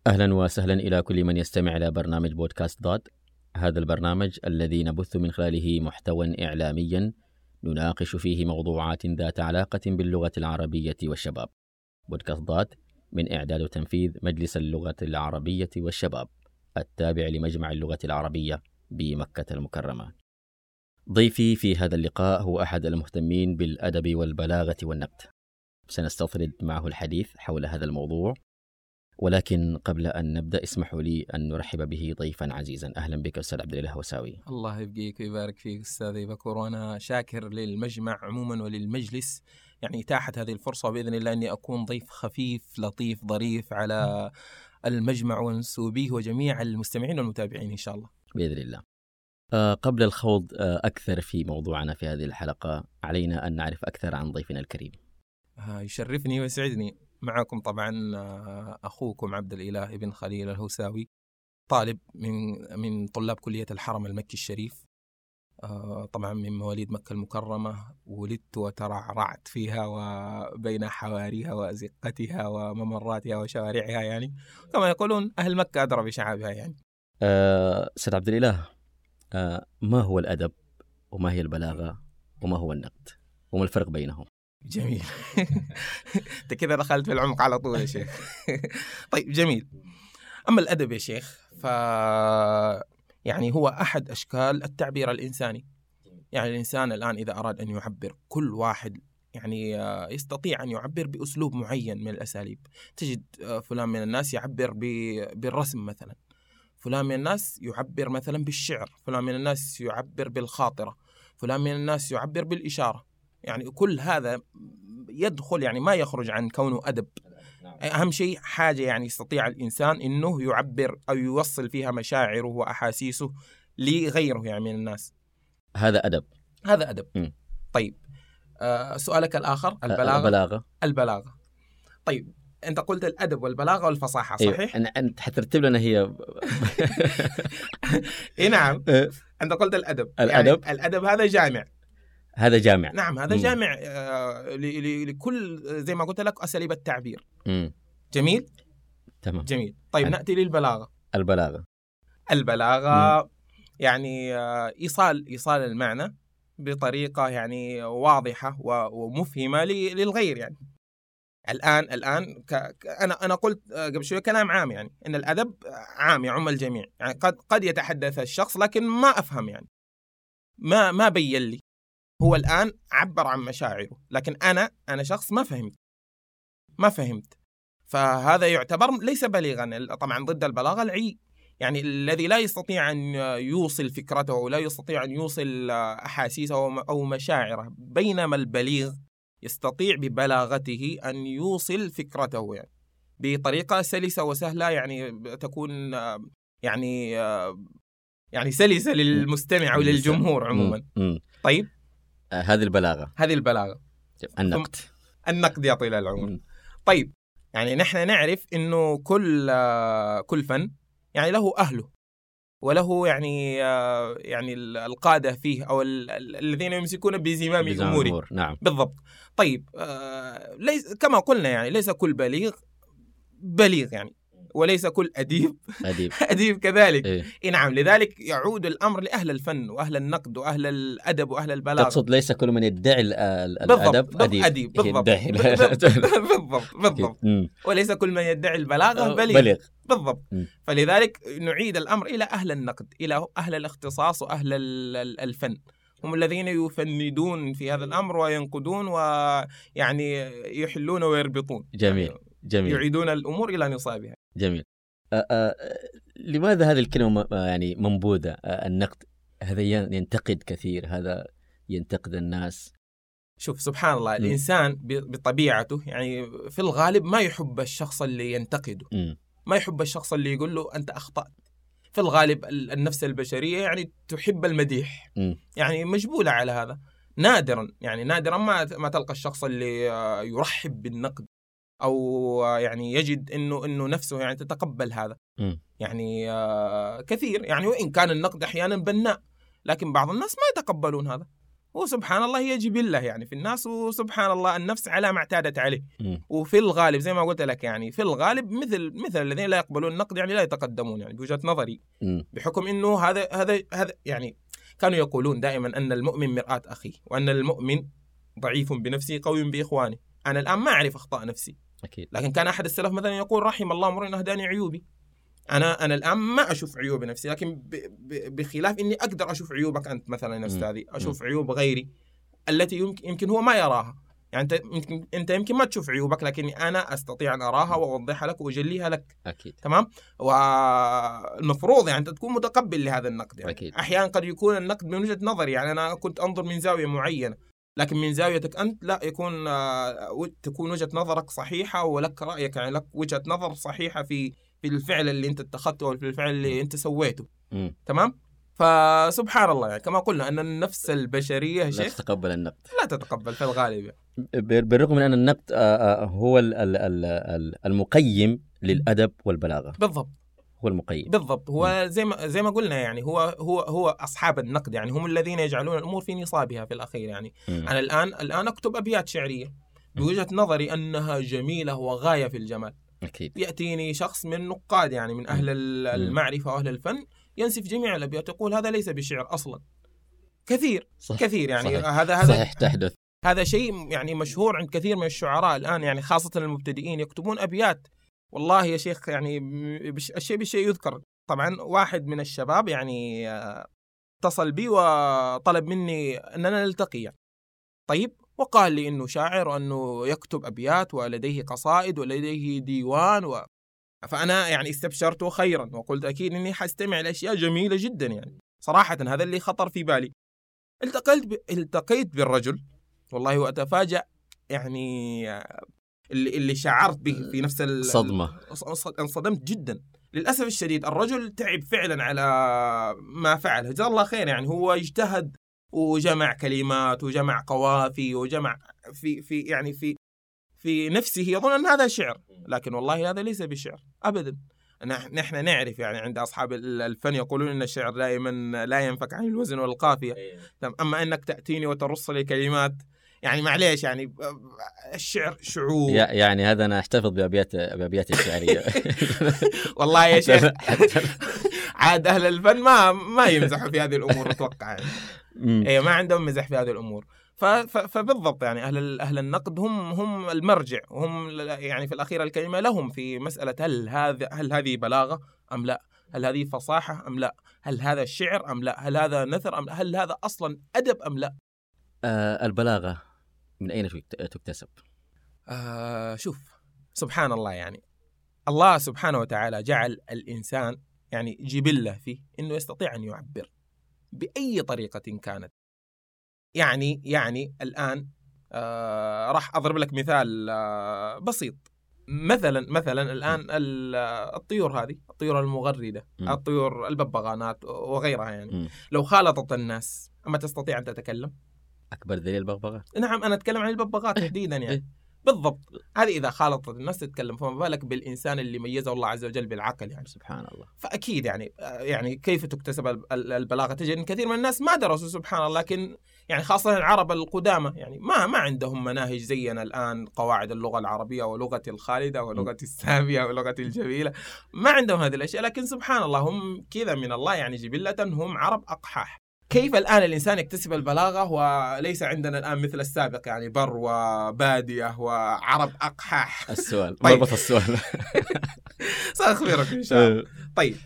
أهلا وسهلا إلى كل من يستمع إلى برنامج بودكاست ضاد. هذا البرنامج الذي نبث من خلاله محتوى إعلاميا نناقش فيه موضوعات ذات علاقة باللغة العربية والشباب. بودكاست ضاد من إعداد وتنفيذ مجلس اللغة العربية والشباب التابع لمجمع اللغة العربية بمكة المكرمة. ضيفي في هذا اللقاء هو أحد المهتمين بالأدب والبلاغة والنقد. سنستطرد معه الحديث حول هذا الموضوع، ولكن قبل أن نبدأ اسمحوا لي أن نرحب به ضيفا عزيزا. أهلا بك أستاذ عبد الإله هوساوي. الله يبقيك ويبارك فيك أستاذ بكر، وأنا شاكر للمجمع عموما وللمجلس يعني إتاحة هذه الفرصة، بإذن الله أني أكون ضيف خفيف لطيف ظريف على المجمع ومنسوبيه وجميع المستمعين والمتابعين إن شاء الله بإذن الله. قبل الخوض أكثر في موضوعنا في هذه الحلقة، علينا أن نعرف أكثر عن ضيفنا الكريم. يشرفني ويسعدني معكم طبعا أخوكم عبد الإله ابن خليل الهوساوي، طالب من طلاب كلية الحرم المكي الشريف، طبعا من مواليد مكة المكرمة. ولدت وترعرعت فيها وبين حواريها وأزقتها وممراتها وشوارعها، يعني كما يقولون أهل مكة أدرى بشعابها يعني. سيد عبد الإله، ما هو الأدب وما هي البلاغة وما هو النقد وما الفرق بينهم؟ جميل. انت كذا دخلت في العمق على طول يا شيخ. طيب جميل. أما الأدب يا شيخ يعني هو أحد أشكال التعبير الإنساني. يعني الإنسان الآن إذا أراد أن يعبر، كل واحد يعني يستطيع أن يعبر بأسلوب معين من الأساليب. تجد فلان من الناس يعبر بالرسم مثلا، فلان من الناس يعبر مثلا بالشعر، فلان من الناس يعبر بالخاطرة، فلان من الناس يعبر بالإشارة. يعني كل هذا يدخل، يعني ما يخرج عن كونه أدب. أهم شيء حاجة يعني يستطيع الإنسان إنه يعبر أو يوصل فيها مشاعره وأحاسيسه لغيره يعني من الناس. هذا أدب. هذا أدب. طيب سؤالك الآخر البلاغة. طيب أنت قلت الأدب والبلاغة والفصاحة، صحيح؟ أيوة. أنت حترتب لنا هي. إيه نعم. أنت قلت الأدب. يعني الأدب هذا جامع. نعم هذا جامع لكل زي ما قلت لك أساليب التعبير. جميل. تمام. جميل. طيب نأتي للبلاغة. البلاغة يعني إيصال المعنى بطريقة يعني واضحة ومفهمة للغير. يعني الآن أنا قلت قبل شوية كلام عام، يعني إن الأدب عام يعم الجميع. يعني قد يتحدث الشخص لكن ما أفهم، يعني ما بين لي. هو الآن عبر عن مشاعره، لكن أنا شخص ما فهمت. فهذا يعتبر ليس بليغا. طبعا ضد البلاغة العي، يعني الذي لا يستطيع أن يوصل فكرته ولا يستطيع أن يوصل أحاسيسه أو مشاعره، بينما البليغ يستطيع ببلاغته أن يوصل فكرته يعني بطريقة سلسة وسهلة، يعني تكون يعني سلسة للمستمع وللجمهور عموما. طيب هذه البلاغة. النقد يا طويل العمر. طيب يعني نحن نعرف إنه كل فن يعني له أهله وله يعني القادة فيه أو الذين يمسكون بزمام أموره. نعم بالضبط. طيب ليس كما قلنا، يعني ليس كل بليغ يعني، وليس كل أديب كذلك. إيه؟ نعم. لذلك يعود الأمر لأهل الفن وأهل النقد وأهل الأدب وأهل البلاغة. تقصد ليس كل من يدعي الأدب أديب. بالضبط. وليس كل من يدعي البلاغة بليغ. بالضبط. فلذلك نعيد الأمر إلى أهل النقد، إلى أهل الاختصاص وأهل الفن، هم الذين يفندون في هذا الأمر وينقدون ويعني يحلون ويربطون. جميل. يعيدون الأمور إلى نصابها. جميل. لماذا هذه الكلمة يعني منبوذة؟ النقد هذا ينتقد كثير، هذا ينتقد الناس. شوف سبحان الله، الإنسان بطبيعته يعني في الغالب ما يحب الشخص اللي ينتقده، ما يحب الشخص اللي يقول له أنت أخطأت. في الغالب النفس البشرية يعني تحب المديح، يعني مجبولة على هذا. نادرا ما تلقى الشخص اللي يرحب بالنقد أو يعني يجد إنه نفسه يعني تتقبل هذا. يعني كثير، يعني وإن كان النقد أحيانا بناء، لكن بعض الناس ما يتقبلون هذا. وسبحان الله هي جبلة يعني في الناس، وسبحان الله النفس على ما اعتادت عليه. وفي الغالب زي ما قلت لك يعني في الغالب مثل الذين لا يقبلون النقد يعني لا يتقدمون يعني بوجهة نظري، بحكم إنه هذا يعني كانوا يقولون دائما أن المؤمن مرآة أخيه، وأن المؤمن ضعيف بنفسه قوي بإخوانه. أنا الآن ما أعرف أخطاء نفسي أكيد، لكن كان أحد السلف مثلا يقول رحم الله امرئ أهداني عيوبي. أنا الآن ما أشوف عيوب نفسي، لكن بخلاف إني أقدر أشوف عيوبك أنت مثلا يا أستاذي، أشوف عيوب غيري التي يمكن هو ما يراها. يعني أنت يمكن ما تشوف عيوبك، لكني أنا أستطيع أن أراها وأوضحها لك وأجليها لك. أكيد. تمام. والمفروض يعني أنت تكون متقبل لهذا النقد يعني. أكيد. أحيانا قد يكون النقد من وجهة نظري، يعني أنا كنت أنظر من زاوية معينة، لكن من زاويتك أنت لا، تكون وجهة نظرك صحيحة ولك رأيك، يعني لك وجهة نظر صحيحة في الفعل اللي أنت اتخذته أو في الفعل اللي أنت سويته. تمام. فسبحان الله يعني كما قلنا أن النفس البشرية لا تتقبل النقد، لا تتقبل في الغالب يعني. بالرغم من أن النقد هو المقيم للأدب والبلاغة. بالضبط، هو المقيم بالضبط. هو زي ما قلنا يعني هو أصحاب النقد يعني هم الذين يجعلون الأمور في نصابها في الأخير يعني. أنا الآن أكتب أبيات شعرية بوجهة نظري أنها جميلة وغاية في الجمال. أكيد. يأتيني شخص من النقاد يعني من أهل المعرفة وأهل الفن ينسف جميع الأبيات، يقول هذا ليس بشعر أصلا. كثير يعني. صحيح. هذا صحيح تحدث. هذا شيء يعني مشهور عند كثير من الشعراء الآن يعني، خاصة المبتدئين يكتبون أبيات والله يا شيخ يعني الشيء بالشيء يذكر. طبعا واحد من الشباب يعني اتصل بي وطلب مني أننا نلتقي يعني. طيب، وقال لي إنه شاعر وأنه يكتب أبيات ولديه قصائد ولديه ديوان فأنا يعني استبشرته خيرا وقلت أكيد إني حستمع لأشياء جميلة جدا يعني. صراحة هذا اللي خطر في بالي. التقيت بالرجل والله وأتفاجأ يعني اللي شعرت به في نفس الصدمة. انصدمت جدا للأسف الشديد. الرجل تعب فعلا على ما فعله، جزاه الله خير يعني. هو اجتهد وجمع كلمات وجمع قوافي وجمع في نفسه يظن أن هذا شعر، لكن والله هذا ليس بشعر أبدا. نحن نعرف يعني عند أصحاب الفن يقولون أن الشعر دائما لا ينفك عن الوزن والقافية. أما أنك تأتيني وترص لي كلمات يعني معليش يعني الشعر شعور يعني هذا أنا أحتفظ بأبيات الشعرية. والله يا شيخ عاد أهل الفن ما يمزحوا في هذه الأمور أتوقع يعني. ما عندهم مزح في هذه الأمور. فبالضبط يعني أهل النقد هم المرجع، هم يعني في الأخير الكلمة لهم في مسألة هل هذه بلاغة أم لا، هل هذه فصاحة أم لا، هل هذا شعر أم لا، هل هذا نثر أم لا، هل هذا أصلا أدب أم لا. البلاغة من أين تكتسب؟ شوف سبحان الله يعني الله سبحانه وتعالى جعل الإنسان يعني جبلة فيه إنه يستطيع أن يعبر بأي طريقة كانت. يعني الآن راح أضرب لك مثال بسيط. مثلا الآن الطيور هذه، الطيور المغردة، الطيور الببغانات وغيرها يعني لو خالطت الناس أما تستطيع أن تتكلم؟ أكبر دليل الببغاء. نعم أنا أتكلم عن الببغاء تحديدا يعني. بالضبط، هذه إذا خالطت الناس تتكلم، فما بالك بالإنسان اللي ميزه الله عز وجل بالعقل يعني. سبحان الله. فأكيد يعني كيف تكتسب البلاغة؟ تجد إن كثير من الناس ما درسوا سبحان الله، لكن يعني خاصة العرب القدامى يعني ما عندهم مناهج زينا الآن، قواعد اللغة العربية ولغة الخالدة ولغة السامية ولغة الجميلة، ما عندهم هذه الأشياء. لكن سبحان الله هم كذا من الله يعني جبلة، هم عرب أقحاح. كيف الآن الإنسان يكتسب البلاغة وليس عندنا الآن مثل السابق يعني بر وبادية وعرب أقحاح؟ السؤال طيب. مربط السؤال. سأخبرك إن شاء الله. طيب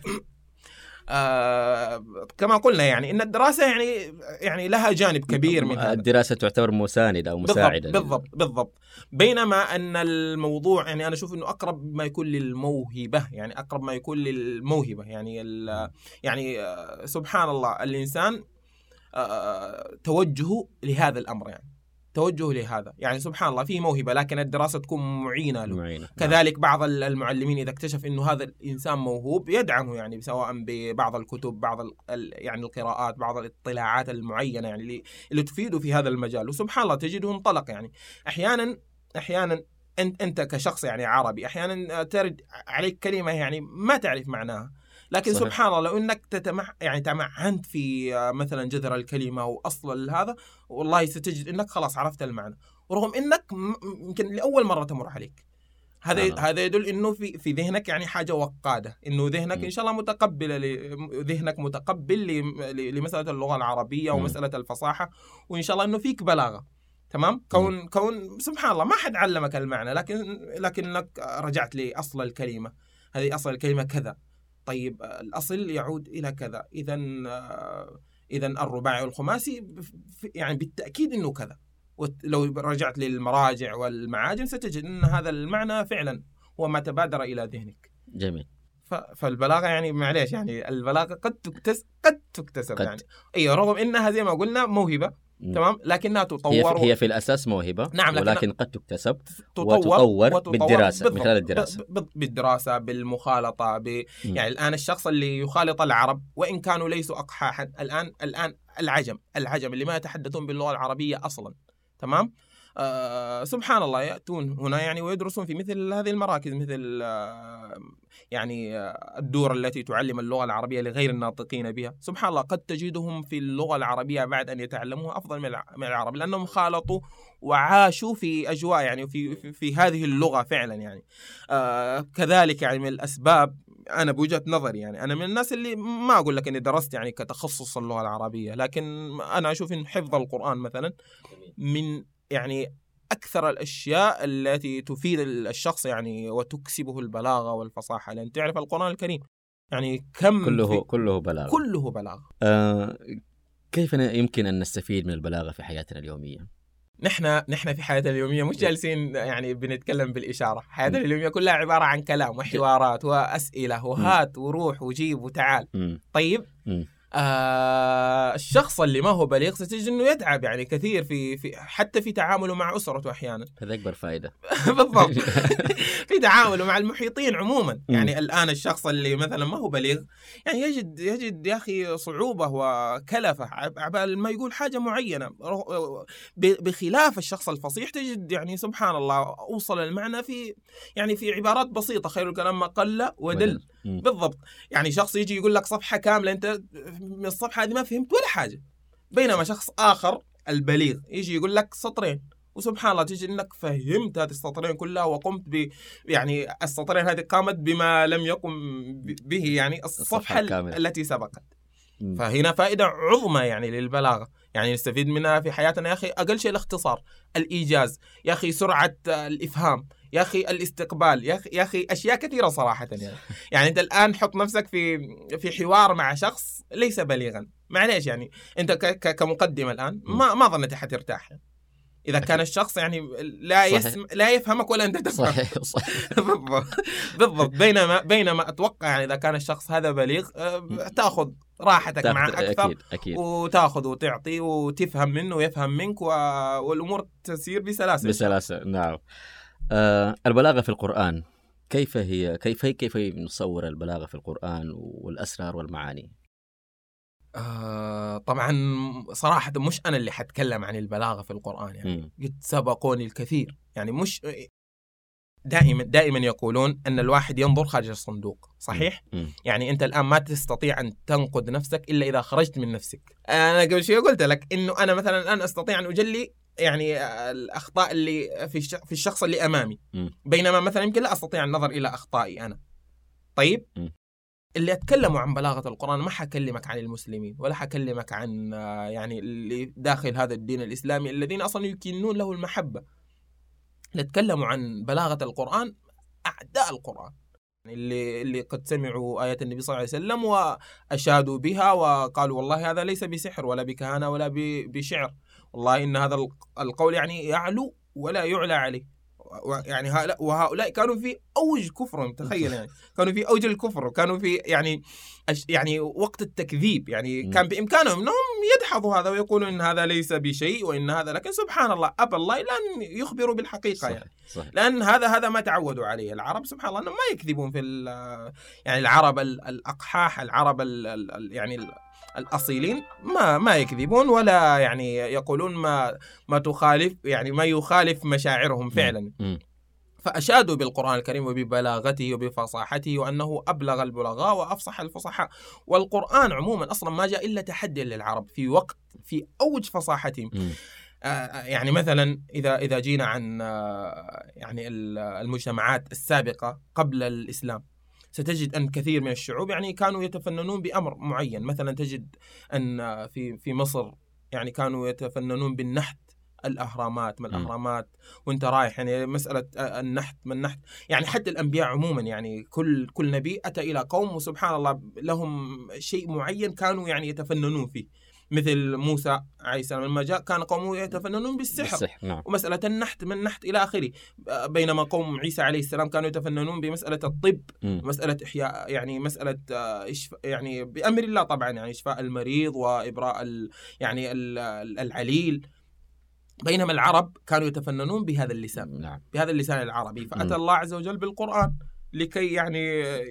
كما قلنا يعني إن الدراسة يعني لها جانب كبير من هذا. الدراسة تعتبر مساندة أو مساعدة. بالضبط. بينما أن الموضوع يعني أنا أشوف إنه أقرب ما يكون للموهبة، يعني أقرب ما يكون للموهبة يعني سبحان الله الإنسان توجهه لهذا الأمر يعني توجه لهذا يعني سبحان الله فيه موهبة، لكن الدراسة تكون معينة له. كذلك بعض المعلمين إذا اكتشف إنه هذا الإنسان موهوب يدعمه يعني سواء ببعض الكتب، بعض يعني القراءات، بعض الاطلاعات المعينة يعني اللي تفيده في هذا المجال. وسبحان الله تجده انطلق يعني. أحيانا أنت كشخص يعني عربي أحيانا ترد عليك كلمة يعني ما تعرف معناها، لكن صحيح. سبحان الله لو انك يعني تمعنت في مثلا جذر الكلمه واصل هذا، والله ستجد انك خلاص عرفت المعنى، ورغم انك يمكن لاول مره تمر عليك. هذا يدل انه في ذهنك يعني حاجه وقاده، انه ذهنك ان شاء الله ذهنك متقبل لمساله اللغه العربيه ومساله الفصاحه، وان شاء الله انه فيك بلاغه. تمام. كون سبحان الله ما حد علمك المعنى، لكنك رجعت لاصل الكلمه، هذه اصل الكلمه كذا، طيب الاصل يعود الى كذا، اذا الرباعي والخماسي يعني بالتاكيد انه كذا. ولو رجعت للمراجع والمعاجم ستجد ان هذا المعنى فعلا هو ما تبادر الى ذهنك. جميل. فالبلاغه يعني معليش، يعني البلاغه قد تكتسب يعني ايوه، رغم انها زي ما قلنا موهبه. تمام. لكنها تطور، هي في الاساس موهبه. نعم، ولكن قد تكتسب وتطور بالدراسه، من خلال الدراسه، بالدراسه، بالمخالطه يعني الان الشخص اللي يخالط العرب وان كانوا ليسوا اقحاحا، الان العجم اللي ما يتحدثون باللغه العربيه اصلا. تمام. سبحان الله يأتون هنا يعني ويدرسون في مثل هذه المراكز، مثل يعني الدور التي تعلم اللغة العربية لغير الناطقين بها. سبحان الله قد تجدهم في اللغة العربية بعد أن يتعلموها أفضل من العرب، لأنهم خالطوا وعاشوا في أجواء يعني في هذه اللغة فعلا يعني. كذلك يعني من الأسباب، أنا بوجهة نظري يعني أنا من الناس اللي ما أقول لك أني درست يعني كتخصص اللغة العربية، لكن أنا أشوف إن حفظ القرآن مثلا من يعني أكثر الأشياء التي تفيد الشخص يعني وتكسبه البلاغة والفصاحة، لأن تعرف القرآن الكريم يعني كم كله بلاغة، كله بلاغة. كيف يمكن أن نستفيد من البلاغة في حياتنا اليومية؟ نحن في حياتنا اليومية مش جالسين يعني بنتكلم بالإشارة، حياتنا اليومية كلها عبارة عن كلام وحوارات وأسئلة وهات وروح وجيب وتعال. طيب الشخص اللي ما هو بليغ ستجد انه يتعب يعني كثير في حتى في تعامله مع اسرته احيانا. هذا اكبر فائده. بالضبط. في تعامله مع المحيطين عموما. يعني الان الشخص اللي مثلا ما هو بليغ يعني يجد يا اخي صعوبه وكلفه عبال ما يقول حاجه معينه، بخلاف الشخص الفصيح تجد يعني سبحان الله اوصل المعنى في عبارات بسيطه، خير الكلام ما قل ودل. بالضبط. يعني شخص يجي يقول لك صفحه كامله، انت من الصفحة هذه ما فهمت ولا حاجة، بينما شخص آخر البليغ يجي يقول لك سطرين وسبحان الله تجي إنك فهمت هذه السطرين كلها وقمت يعني السطرين هذه قامت بما لم يقم به يعني الصفحة التي سبقت. فهنا فائدة عظمى يعني للبلاغة، يعني نستفيد منها في حياتنا يا أخي. أقل شيء الاختصار، الإيجاز يا أخي، سرعة الإفهام يا أخي، الاستقبال يا أخي أشياء كثيرة صراحة يعني أنت الآن حط نفسك في حوار مع شخص ليس بليغا، معليش يعني أنت كمقدمة الآن ما ظنيت حترتاح إذا كان الشخص يعني لا يفهمك ولا أنت تفهم. صحيح. بالضبط. بينما أتوقع يعني إذا كان الشخص هذا بليغ تأخذ راحتك معه أكثر. أكيد. وتأخذ وتعطي وتفهم منه ويفهم منك والأمور تسير بسلاسة. نعم. البلاغة في القرآن كيف هي؟ كيف نصور البلاغة في القرآن والأسرار والمعاني؟ طبعا صراحة مش أنا اللي حتكلم عن البلاغة في القرآن يعني قد سبقوني الكثير يعني. مش دائما يقولون أن الواحد ينظر خارج الصندوق، صحيح؟ يعني أنت الآن ما تستطيع أن تنقد نفسك إلا إذا خرجت من نفسك. أنا قبل شوي قلت لك إنه أنا مثلا الآن أستطيع أن أجلي يعني الأخطاء اللي في الشخص اللي أمامي، بينما مثلا يمكن لا أستطيع النظر إلى أخطائي أنا. طيب اللي أتكلموا عن بلاغة القرآن ما حكلمك عن المسلمين ولا حكلمك عن يعني اللي داخل هذا الدين الإسلامي الذين أصلا يكنون له المحبة. اللي أتكلموا عن بلاغة القرآن أعداء القرآن، اللي قد سمعوا آيات النبي صلى الله عليه وسلم وأشادوا بها وقالوا والله هذا ليس بسحر ولا بكهانة ولا بشعر، والله إن هذا القول يعني يعلو ولا يعلى عليه. يعني وهؤلاء كانوا في أوج كفرهم، تخيل يعني كانوا في أوج الكفر، وكانوا في يعني وقت التكذيب يعني كان بإمكانهم أنهم يدحضوا هذا ويقولوا إن هذا ليس بشيء وإن هذا، لكن سبحان الله أبى الله لأن يخبروا بالحقيقة. صح. لأن هذا ما تعودوا عليه العرب، سبحان الله أنهم ما يكذبون في يعني العرب الأقحاح، العرب يعني الأصيلين ما يكذبون ولا يعني يقولون ما تخالف يعني ما يخالف مشاعرهم فعلا. فأشادوا بالقرآن الكريم وببلاغته وبفصاحته وأنه أبلغ البلغاء وأفصح الفصحاء. والقرآن عموما أصلا ما جاء إلا تحدي للعرب في وقت في أوج فصاحتهم. يعني مثلا إذا جينا عن يعني المجتمعات السابقة قبل الإسلام، ستجد أن كثير من الشعوب يعني كانوا يتفننون بأمر معين. مثلا تجد أن في مصر يعني كانوا يتفننون بالنحت، الأهرامات، ما الأهرامات وانت رايح، يعني مسألة النحت ما النحت. يعني حتى الأنبياء عموما، يعني كل نبي أتى إلى قوم وسبحان الله لهم شيء معين كانوا يعني يتفننون فيه. مثل موسى عليه السلام لما جاء كان قومه يتفننون بالسحر. نعم. ومسألة النحت من النحت إلى آخره. بينما قوم عيسى عليه السلام كانوا يتفننون بمسألة الطب، مسألة إحياء، يعني مسألة يعني بأمر الله طبعا، يعني إشفاء المريض وإبراء يعني العليل. بينما العرب كانوا يتفننون بهذا اللسان. نعم. بهذا اللسان العربي. فأتى الله عز وجل بالقرآن لكي يعني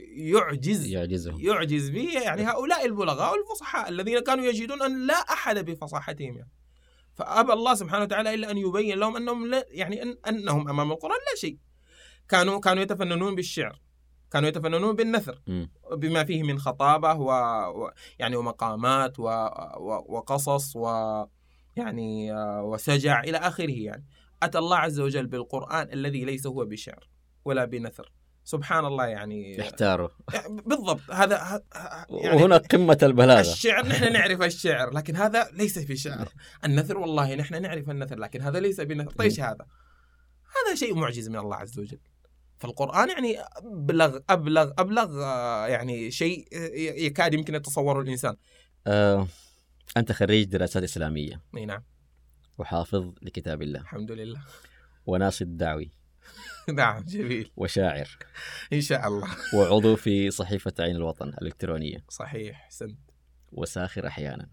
يعجز به يعني هؤلاء البلغاء والفصحاء الذين كانوا يجدون أن لا أحد بفصاحتهم يعني. فأبى الله سبحانه وتعالى إلا أن يبين لهم أنهم لا، يعني أنهم أمام القرآن لا شيء. كانوا يتفننون بالشعر، كانوا يتفننون بالنثر بما فيه من خطابة يعني ومقامات وقصص يعني وسجع إلى آخره. يعني أتى الله عز وجل بالقرآن الذي ليس هو بشعر ولا بنثر. سبحان الله، يعني احتاروا بالضبط. هذا يعني وهنا قمة البلاغة. الشعر نحن نعرف الشعر لكن هذا ليس في شعر. النثر والله نحن نعرف النثر لكن هذا ليس بنثر. طيب هذا شيء معجز من الله عز وجل. فالقرآن يعني أبلغ يعني شيء يكاد يمكن يتصوره الإنسان. أنت خريج دراسات إسلامية. نعم. وحافظ لكتاب الله الحمد لله. وناشط دعوي. نعم جميل. وشاعر إن شاء الله. وعضو في صحيفة عين الوطن الإلكترونية. صحيح سنت. وساخر أحيانا.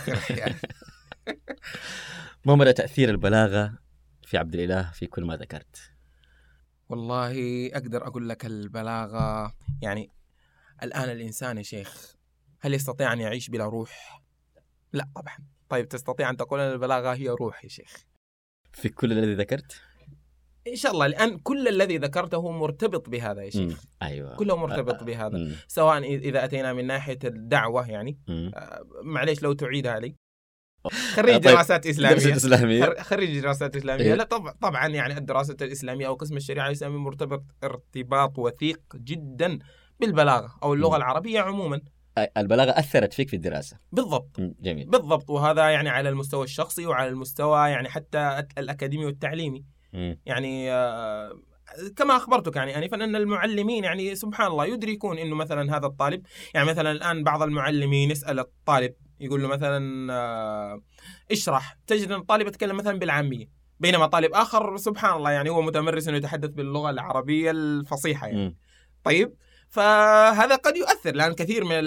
ما مدى تأثير البلاغة في عبد الإله في كل ما ذكرت؟ والله أقدر أقول لك البلاغة يعني الآن الإنسان يا شيخ هل يستطيع أن يعيش بلا روح؟ لا طبعا. طيب تستطيع أن تقول أن البلاغة هي روح يا شيخ في كل الذي ذكرت؟ إن شاء الله، لأن كل الذي ذكرته مرتبط بهذا يا شيخ. أيوة. كله مرتبط بهذا. سواء إذا أتينا من ناحية الدعوة يعني معليش لو تعيدها علي. خريج دراسات إسلامية. خريج دراسات إسلامية. لا طبعا يعني الدراسة الإسلامية أو قسم الشريعة الإسلامية مرتبط ارتباط وثيق جدا بالبلاغة أو اللغة العربية عموما. البلاغة أثرت فيك في الدراسة؟ بالضبط. جميل. بالضبط. وهذا يعني على المستوى الشخصي وعلى المستوى يعني حتى الأكاديمي والتعليمي. يعني كما أخبرتك يعني آنفا أن المعلمين يعني سبحان الله يدركون إنه مثلا هذا الطالب، يعني مثلا الآن بعض المعلمين يسأل الطالب يقول له مثلا اشرح، تجد أن الطالب يتكلم مثلا بالعامية، بينما طالب آخر سبحان الله يعني هو متمرس إنه يتحدث باللغة العربية الفصيحة يعني. طيب فهذا قد يؤثر، لأن كثير من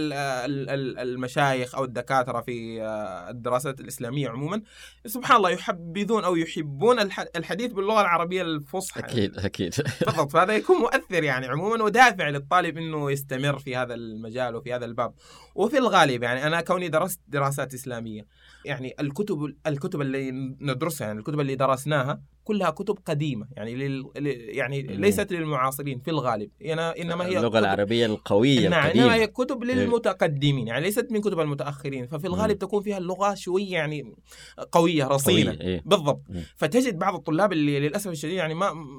المشايخ أو الدكاترة في الدراسات الإسلامية عموما سبحان الله يحبذون أو يحبون الحديث باللغة العربية الفصحى. أكيد. بالضبط. فهذا يكون مؤثر يعني عموما ودافع للطالب إنه يستمر في هذا المجال وفي هذا الباب. وفي الغالب يعني أنا كوني درست دراسات إسلامية يعني الكتب اللي ندرسها يعني الكتب اللي درسناها كلها كتب قديمة يعني ليست للمعاصرين في الغالب. إنما هي اللغة العربية القوية القديمة. إنما هي كتب للمتقدمين يعني ليست من كتب المتأخرين. ففي الغالب تكون فيها اللغة شوية يعني قوية رصينة. بالضبط. فتجد بعض الطلاب اللي للأسف الشديد يعني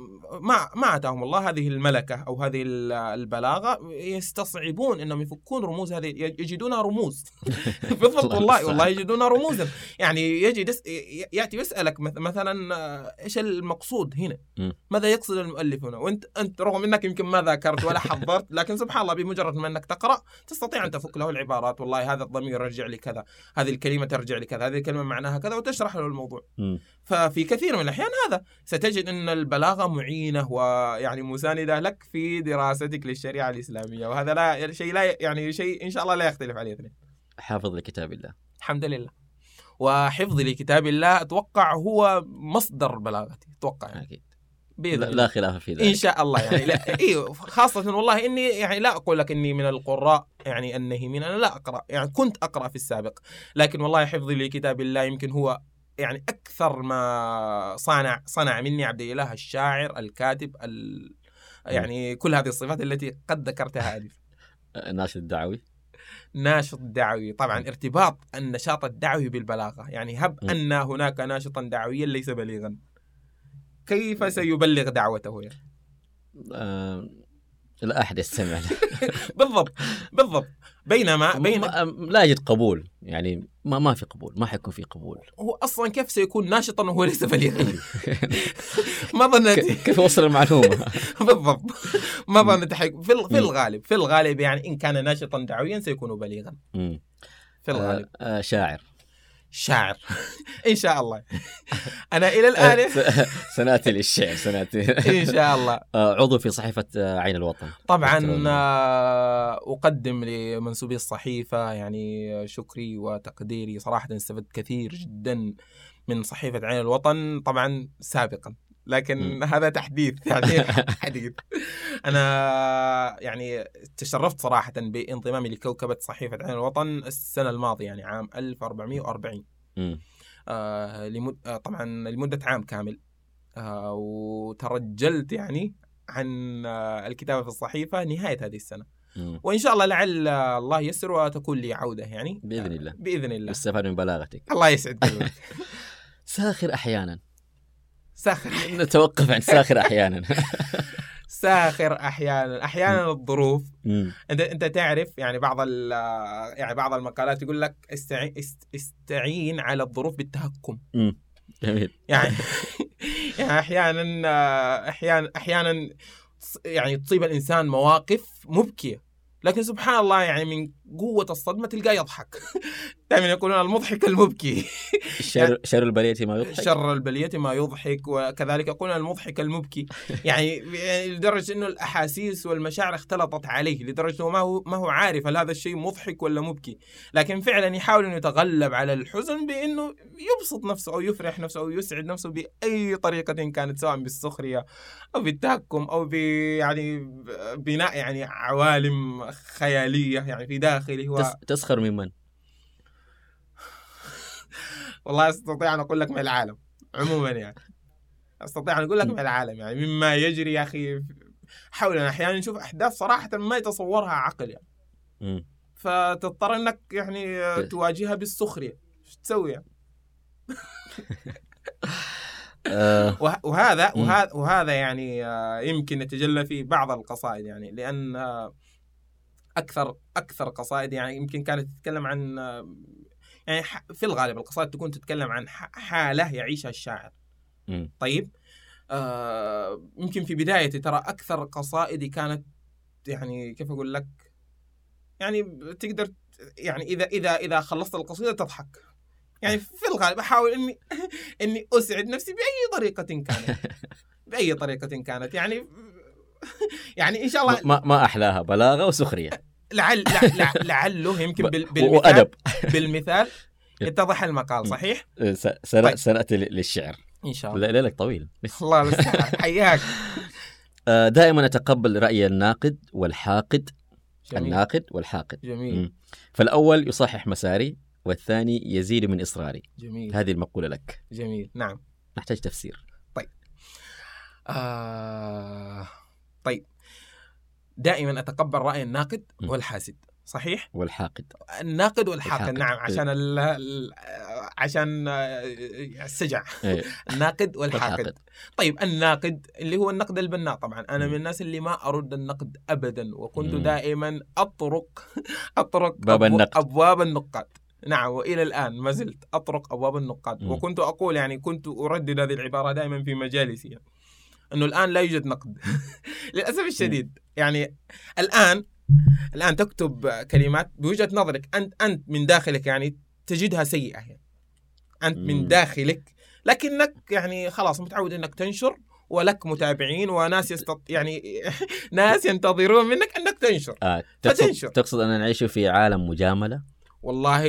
ما أتاهم الله هذه الملكة أو هذه البلاغة يستصعبون إنهم يفكون رموز هذه، يجدونها رموز. بالضبط. والله يجدونها رموزا. يعني يأتي يسألك مثلا إيش المقصود هنا، ماذا يقصد المؤلف هنا، وأنت رغم أنك يمكن ما ذاكرت ولا حضرت لكن سبحان الله بمجرد ما أنك تقرأ تستطيع أن تفك له العبارات. والله هذا الضمير يرجع لكذا، هذه الكلمة ترجع لكذا، هذه الكلمة معناها كذا، وتشرح له الموضوع. ففي كثير من الأحيان هذا ستجد أن البلاغة معينة ويعني مساندة لك في دراستك للشريعة الإسلامية، وهذا شيء إن شاء الله لا يختلف عليه اثنين. حافظ لكتاب الله. الحمد لله. وحفظي لكتاب الله أتوقع هو مصدر بلاغتي، أتوقع يعني. أكيد. لا خلاف في ذلك إن شاء الله يعني. لا خاصة والله إني يعني لا أقول لك إني من القراء يعني النهيمين، أنا لا أقرأ يعني كنت أقرأ في السابق، لكن والله حفظي لكتاب الله يمكن هو يعني أكثر ما صنع مني عبد الإله الشاعر الكاتب يعني كل هذه الصفات التي قد ذكرتها آنفا. ناشط دعوي. ناشط دعوي طبعا، ارتباط النشاط الدعوي بالبلاغة. يعني هب أن هناك ناشطا دعويا ليس بليغا، كيف سيبلغ دعوته يعني؟ لا أحد يستمع له. بالضبط. بينما لا يجد قبول، يعني ما في قبول، ما حيكون في قبول. هو أصلا كيف سيكون ناشطا وهو ليس بليغا؟ ما ظنيت كيف وصل المعلومة. بالضبط. ما ظنيت في الغالب يعني إن كان ناشطا دعويا سيكون بليغا في الغالب. شاعر إن شاء الله. أنا إلى الآن سنأتي للشعر، سنأتي إن شاء الله. عضو في صحيفة عين الوطن طبعا. أقدم لمنسوبي الصحيفة يعني شكري وتقديري، صراحة استفدت كثير جدا من صحيفة عين الوطن طبعا سابقا، لكن هذا تحديث حديث. أنا يعني تشرفت صراحة بانضمامي لكوكبة صحيفة عين الوطن السنة الماضية، يعني عام 1440. طبعا لمدة عام كامل. وترجلت يعني عن الكتابة في الصحيفة نهاية هذه السنة. وإن شاء الله لعل الله يسر وتكون لي عودة يعني بإذن الله. استفاد من بلاغتك. الله يسعد قلبك. ساخر أحيانا. ساخر. نتوقف عن ساخر أحيانا. ساخر أحيانا الظروف. أنت تعرف يعني بعض المقالات يقول لك استعين على الظروف بالتهكم. جميل. يعني أحيانا يعني تصيب الإنسان مواقف مبكية، لكن سبحان الله يعني من قوة الصدمة تلقاه يضحك. دائما يقولون المضحك المبكي. شر البلية ما يضحك. شر البلية ما يضحك، وكذلك يقولون المضحك المبكي. يعني لدرجة إنه الأحاسيس والمشاعر اختلطت عليه، لدرجة ما هو عارف هل هذا الشيء مضحك ولا مبكي، لكن فعلا يحاول إنه يتغلب على الحزن بإنه يبسط نفسه أو يفرح نفسه أو يسعد نفسه بأي طريقة كانت، سواء بالسخرية أو بالتهكم أو يعني بناء يعني عوالم خيالية يعني في داخله. تسخر من؟ والله أستطيع أن أقول لك من العالم عموما، يعني أستطيع أن أقول لك من العالم يعني مما يجري يا أخي حولنا. أحيانا نشوف أحداث صراحة ما يتصورها عقل يعني. فتضطر أنك يعني تواجهها بالسخرية. إيش تسوي يعني؟ وهذا يعني يمكن يتجلى في بعض القصائد، يعني لأن أكثر قصائد يعني يمكن كانت تتكلم عن يعني في الغالب القصائد تكون تتكلم عن حالة يعيشها الشاعر. طيب يمكن في بدايتي ترى أكثر قصائدي كانت يعني كيف أقول لك، يعني تقدر يعني إذا خلصت القصيدة تضحك. يعني في الغالب أحاول إني أسعد نفسي بأي طريقة كانت يعني إن شاء الله ما أحلاها بلاغة وسخرية. لعله يمكن بالمثال يتضح المقال. صحيح. سنأتي للشعر إن شاء الله. ليلك طويل. الله المستعان. حياك. دائما أتقبل رأي الناقد والحاقد. جميل. الناقد والحاقد. جميل. فالأول يصحح مساري والثاني يزيد من إصراري. جميل. هذه المقولة لك. جميل. نعم. نحتاج تفسير. طيب دائما أتقبل رأي الناقد والحاسد. صحيح. والحاقد. الناقد والحاقد. نعم. عشان السجع. الناقد والحاقد. طيب الناقد اللي هو النقد البناء. طبعا أنا من الناس اللي ما أرد النقد أبدا، وكنت دائما أطرق أبواب النقاد. نعم. وإلى الآن ما زلت أطرق أبواب النقاد. وكنت أقول يعني كنت أردد هذه العبارة دائما في مجالسي يعني أنه الآن لا يوجد نقد. للأسف الشديد. يعني الآن تكتب كلمات بوجهة نظرك أنت من داخلك يعني تجدها سيئة يعني. أنت من داخلك، لكنك يعني خلاص متعود أنك تنشر، ولك متابعين وناس يعني ناس ينتظرون منك أنك تنشر. تقصد أن نعيش في عالم مجاملة؟ والله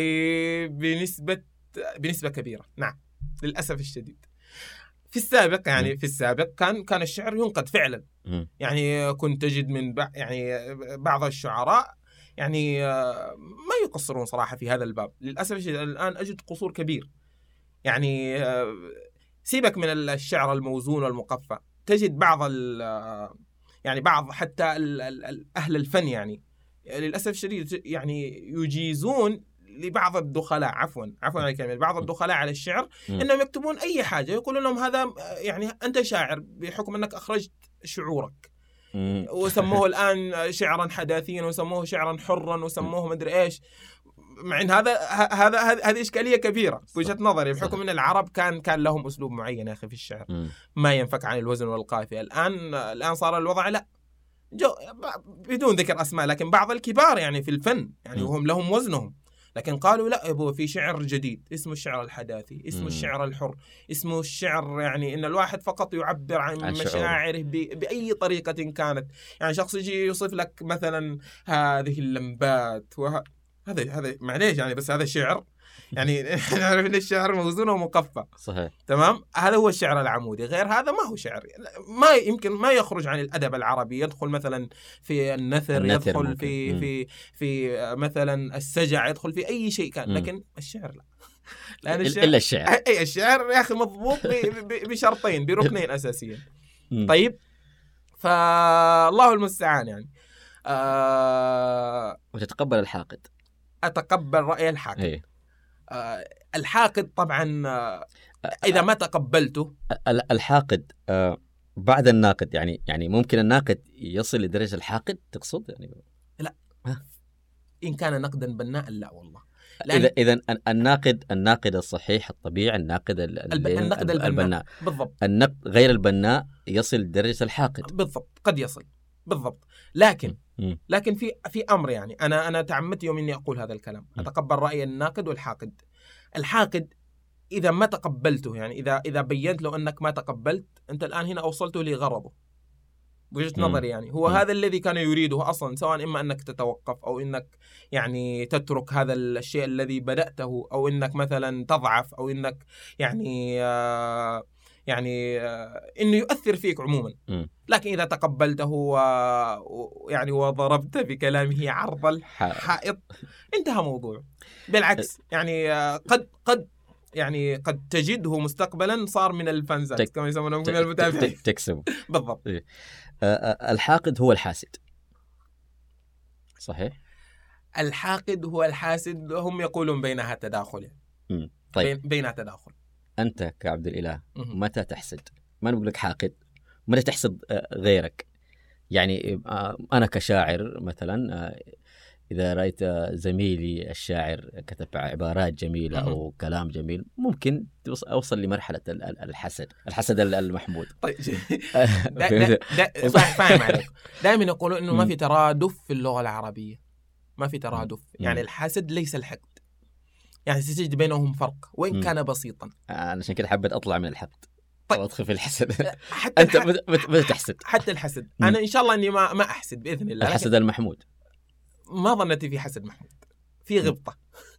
بنسبة كبيرة. نعم. للأسف الشديد. في السابق كان الشعر ينقد فعلا. يعني كنت تجد من يعني بعض الشعراء يعني ما يقصرون صراحة في هذا الباب. للأسف الشديد الآن أجد قصور كبير. يعني سيبك من الشعر الموزون والمقفى، تجد بعض يعني بعض حتى أهل الفن يعني للأسف الشديد يعني يجيزون لبعض الدخلاء، عفوا على الكلمة، بعض الدخلاء على الشعر إنهم يكتبون أي حاجة، يقولون لهم هذا يعني أنت شاعر بحكم أنك أخرجت شعورك، وسموه الآن شعرا حداثيا، وسموه شعرا حرا، وسموه مدري إيش. مع ان هذه اشكاليه كبيره في وجهه نظري، بحكم ان العرب كان لهم اسلوب معين يا اخي في الشعر ما ينفك عن الوزن والقافيه. الان صار الوضع لا، بدون ذكر اسماء، لكن بعض الكبار يعني في الفن يعني وهم لهم وزنهم، لكن قالوا لا يبغى في شعر جديد اسمه الشعر الحداثي، اسمه الشعر الحر، اسمه الشعر يعني ان الواحد فقط يعبر عن مشاعره باي طريقه كانت. يعني شخص يجي يوصف لك مثلا هذه اللمبات هذا معليش يعني، بس هذا شعر يعني نعرف ان الشعر موزون ومقفى. صحيح. تمام. هذا هو الشعر العمودي، غير هذا ما هو شعر، ما يمكن ما يخرج عن الادب العربي، يدخل مثلا في النثر يدخل ممكن. في مثلا السجع، يدخل في اي شيء كان، لكن الشعر لا. لأن الا الشعر اي الشعر يا اخي مضبوط بشرطين، بركنين اساسيين. طيب، فالله المستعان يعني. وتتقبل الحاقد؟ أتقبل رأي الحاقد. الحاقد طبعا إذا ما تقبلته. الحاقد بعد الناقد يعني ممكن الناقد يصل لدرجة الحاقد تقصد يعني؟ لا، إن كان نقدا بناء لا والله. إذا الناقد الصحيح الطبيعي، الناقد البناء بالضبط. النقد غير البناء يصل لدرجة الحاقد بالضبط، قد يصل بالضبط. لكن في أمر يعني أنا تعمدت يوم إني أقول هذا الكلام. أتقبل رأي الناقد والحاقد. الحاقد إذا ما تقبلته، يعني إذا بينت له أنك ما تقبلت، أنت الآن هنا أوصلته لغرضه بوجهة نظري. يعني هو هذا الذي كان يريده أصلا، سواء إما أنك تتوقف أو أنك يعني تترك هذا الشيء الذي بدأته، أو أنك مثلا تضعف، أو أنك يعني إنه يؤثر فيك عموما. لكن إذا تقبلته يعني وضربت بكلامه عرض الحائط، انتهى موضوع. بالعكس يعني قد تجده مستقبلا صار من الفانزات كما يسمونه من المتابعين، تكسب. بالضبط. الحاقد هو الحاسد، صحيح؟ الحاقد هو الحاسد، هم يقولون بينها تداخل. طيب، بينها تداخل. أنت كعبد الإله متى تحسد؟ ما نقول لك حاقد، متى تحسد غيرك؟ يعني أنا كشاعر مثلا إذا رأيت زميلي الشاعر كتب عبارات جميلة أو كلام جميل، ممكن أوصل لمرحلة الحسد المحمود. طيب فاهم عليك. دائما يقولون إنه ما في ترادف في اللغة العربية، ما في ترادف. يعني الحسد ليس الحقد، يعني ستجد بينهم فرق وإن كان بسيطا. أنا عشان كده حبيت أطلع من الحقد. طيب. وأدخل في الحسد. أنت متى تحسد؟ حتى الحسد أنا إن شاء الله إني ما أحسد بإذن الله. الحسد المحمود ما ظنتي في حسد محمود، في غبطة.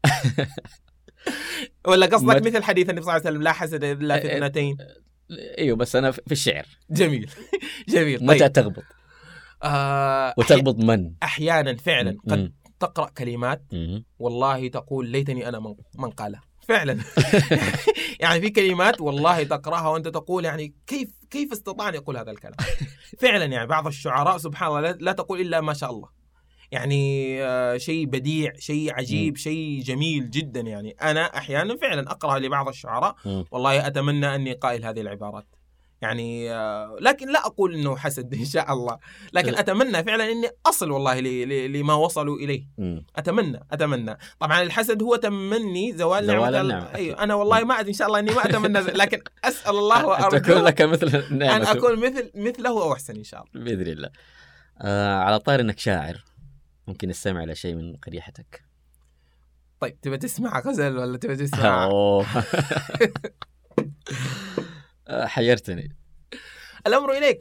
ولا قصدك مثل حديث النبي صلى الله عليه وسلم لا حسد إلا في اثنتين؟ ايوه، بس انا في الشعر. جميل. طيب. متى تغبط؟ وتغبط من؟ احيانا فعلا قد تقرأ كلمات والله تقول ليتني انا من قالها فعلا. يعني في كلمات والله تقرأها وانت تقول يعني كيف استطاع ان يقول هذا الكلام. فعلا يعني بعض الشعراء سبحان الله لا تقول الا ما شاء الله، يعني شيء بديع، شيء عجيب، شيء جميل جدا. يعني أنا أحيانا فعلا أقرأ لبعض الشعراء والله أتمنى أني قائل هذه العبارات، يعني لكن لا أقول أنه حسد إن شاء الله، لكن أتمنى فعلا أني أصل والله لما وصلوا إليه. أتمنى. طبعا الحسد هو تمني زوال نعمة. أيوة، أنا والله ما إن شاء الله أني ما أتمنى لكن أسأل الله وأرجو تكون لك مثل أن أكون مثله أو أحسن إن شاء الله بإذن الله. على طار أنك شاعر، ممكن نستمع إلى شيء من قريحتك؟ طيب، تبى تسمع غزل ولا تبى تسمع؟ حيرتني. الأمر إليك.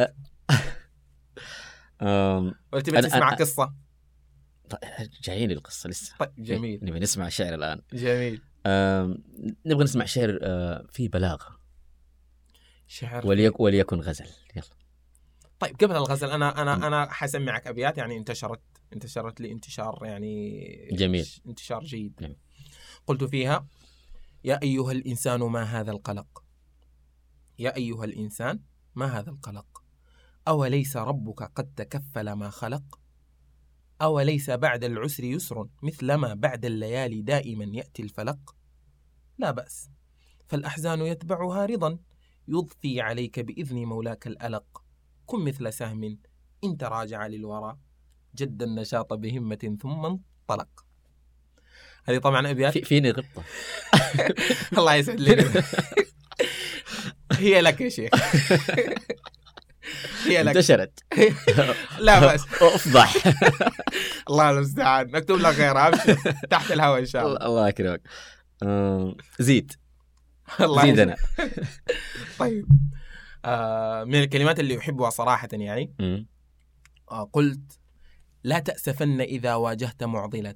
ولا تبى تسمع قصة؟ جايين القصة لسه. طيب جميل. نبي نسمع شعر الآن. جميل. نبغى نسمع شعر فيه بلاغة، شعر وليكن غزل. يلا. طيب قبل الغزل أنا حسمعك أبيات يعني انتشرت لي انتشار يعني جميل، انتشار جيد. جميل. قلت فيها: يا أيها الإنسان ما هذا القلق، يا أيها الإنسان ما هذا القلق، أوليس ربك قد تكفل ما خلق، أوليس بعد العسر يسر مثلما بعد الليالي دائما يأتي الفلق، لا بأس فالأحزان يتبعها رضا يضفي عليك بإذن مولاك الألق، كن مثل سهم إن تراجع للورى جد النشاط بهمة ثم انطلق. هذه طبعا أبيات فيني غبطة. الله يسعد لك. هي لك يا شيخ. هي لك. انتشرت. لا بأس. افضح. الله المستعان، نكتب لك غيرها تحت الهواء إن شاء الله. الله يكرمك. زيد. الله زيد أنا. طيب من الكلمات اللي أحبها صراحة يعني قلت لا تأسفن إذا واجهت معضلة،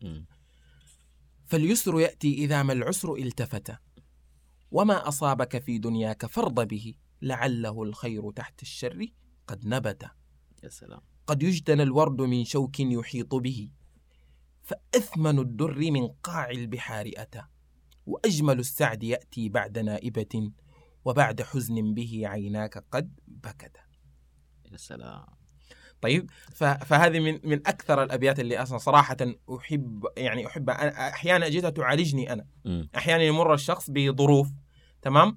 فاليسر يأتي إذا ما العسر التفت، وما أصابك في دنياك فارض به، لعله الخير تحت الشر قد نبت. يا سلام. قد يجتنى الورد من شوك يحيط به، فأثمن الدر من قاع البحار أتى، وأجمل السعد يأتي بعد نائبة، وبعد حزن به عيناك قد بكت. يا سلام. طيب فهذه من أكثر الأبيات اللي أصلا صراحة أحب أحيانا أجدها تعالجني أنا. أحيانا يمر الشخص بظروف تمام،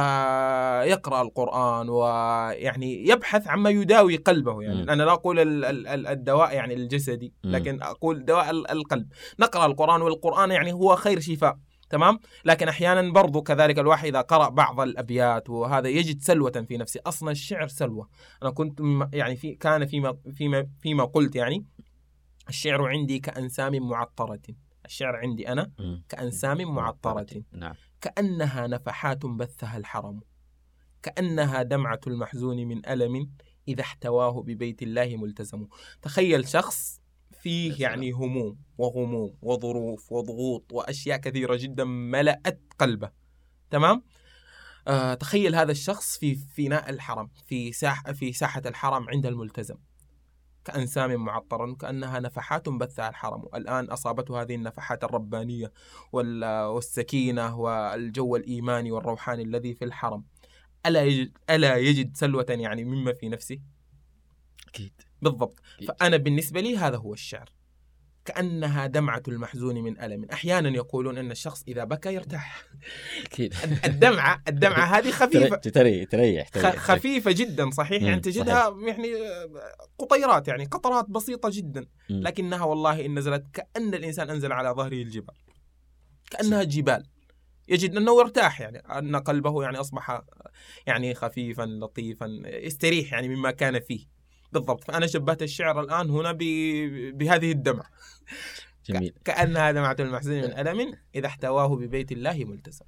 فيقرأ القرآن ويعني يبحث عما يداوي قلبه. يعني أنا لا أقول الدواء يعني الجسدي، لكن أقول دواء القلب. نقرأ القرآن، والقرآن يعني هو خير شفاء تمام، لكن أحيانا برضو كذلك الواحد إذا قرأ بعض الأبيات وهذا يجد سلوة في نفسه. أصلا الشعر سلوة. أنا كنت يعني كان فيما قلت يعني الشعر عندي كأنسام معطرة، الشعر عندي أنا كأنسام معطرة، نعم. كأنها نفحات بثها الحرم، كأنها دمعة المحزون من ألم إذا احتواه ببيت الله ملتزم. تخيل شخص فيه يعني هموم وغموم وظروف وضغوط وأشياء كثيرة جدا ملأت قلبه تمام. تخيل هذا الشخص في فناء الحرم، في ساحة الحرم عند الملتزم، كأنسام معطرا كأنها نفحات بثها الحرم. الآن أصابته هذه النفحات الربانية والسكينة والجو الإيماني والروحاني الذي في الحرم، ألا يجد سلوة يعني مما في نفسه؟ أكيد. بالضبط. فأنا بالنسبة لي هذا هو الشعر، كأنها دمعة المحزون من ألم. أحيانا يقولون أن الشخص إذا بكى يرتاح. أكيد. الدمعة هذه خفيفة، تريح. خفيفة جدا صحيح. يعني تجدها يعني قطيرات، يعني قطرات بسيطة جدا، لكنها والله إن نزلت كأن الإنسان أنزل على ظهره الجبال، كأنها جبال. يجد أنه يرتاح، يعني أن قلبه يعني أصبح يعني خفيفا لطيفا، يستريح يعني مما كان فيه. بالضبط. فأنا شبهت الشعر الآن هنا بهذه الدمعة. جميل. كأنها دمعة المحزون من ألم إذا احتواه ببيت الله ملتزم.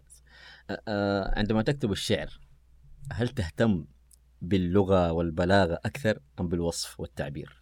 عندما تكتب الشعر هل تهتم باللغة والبلاغة أكثر أم بالوصف والتعبير؟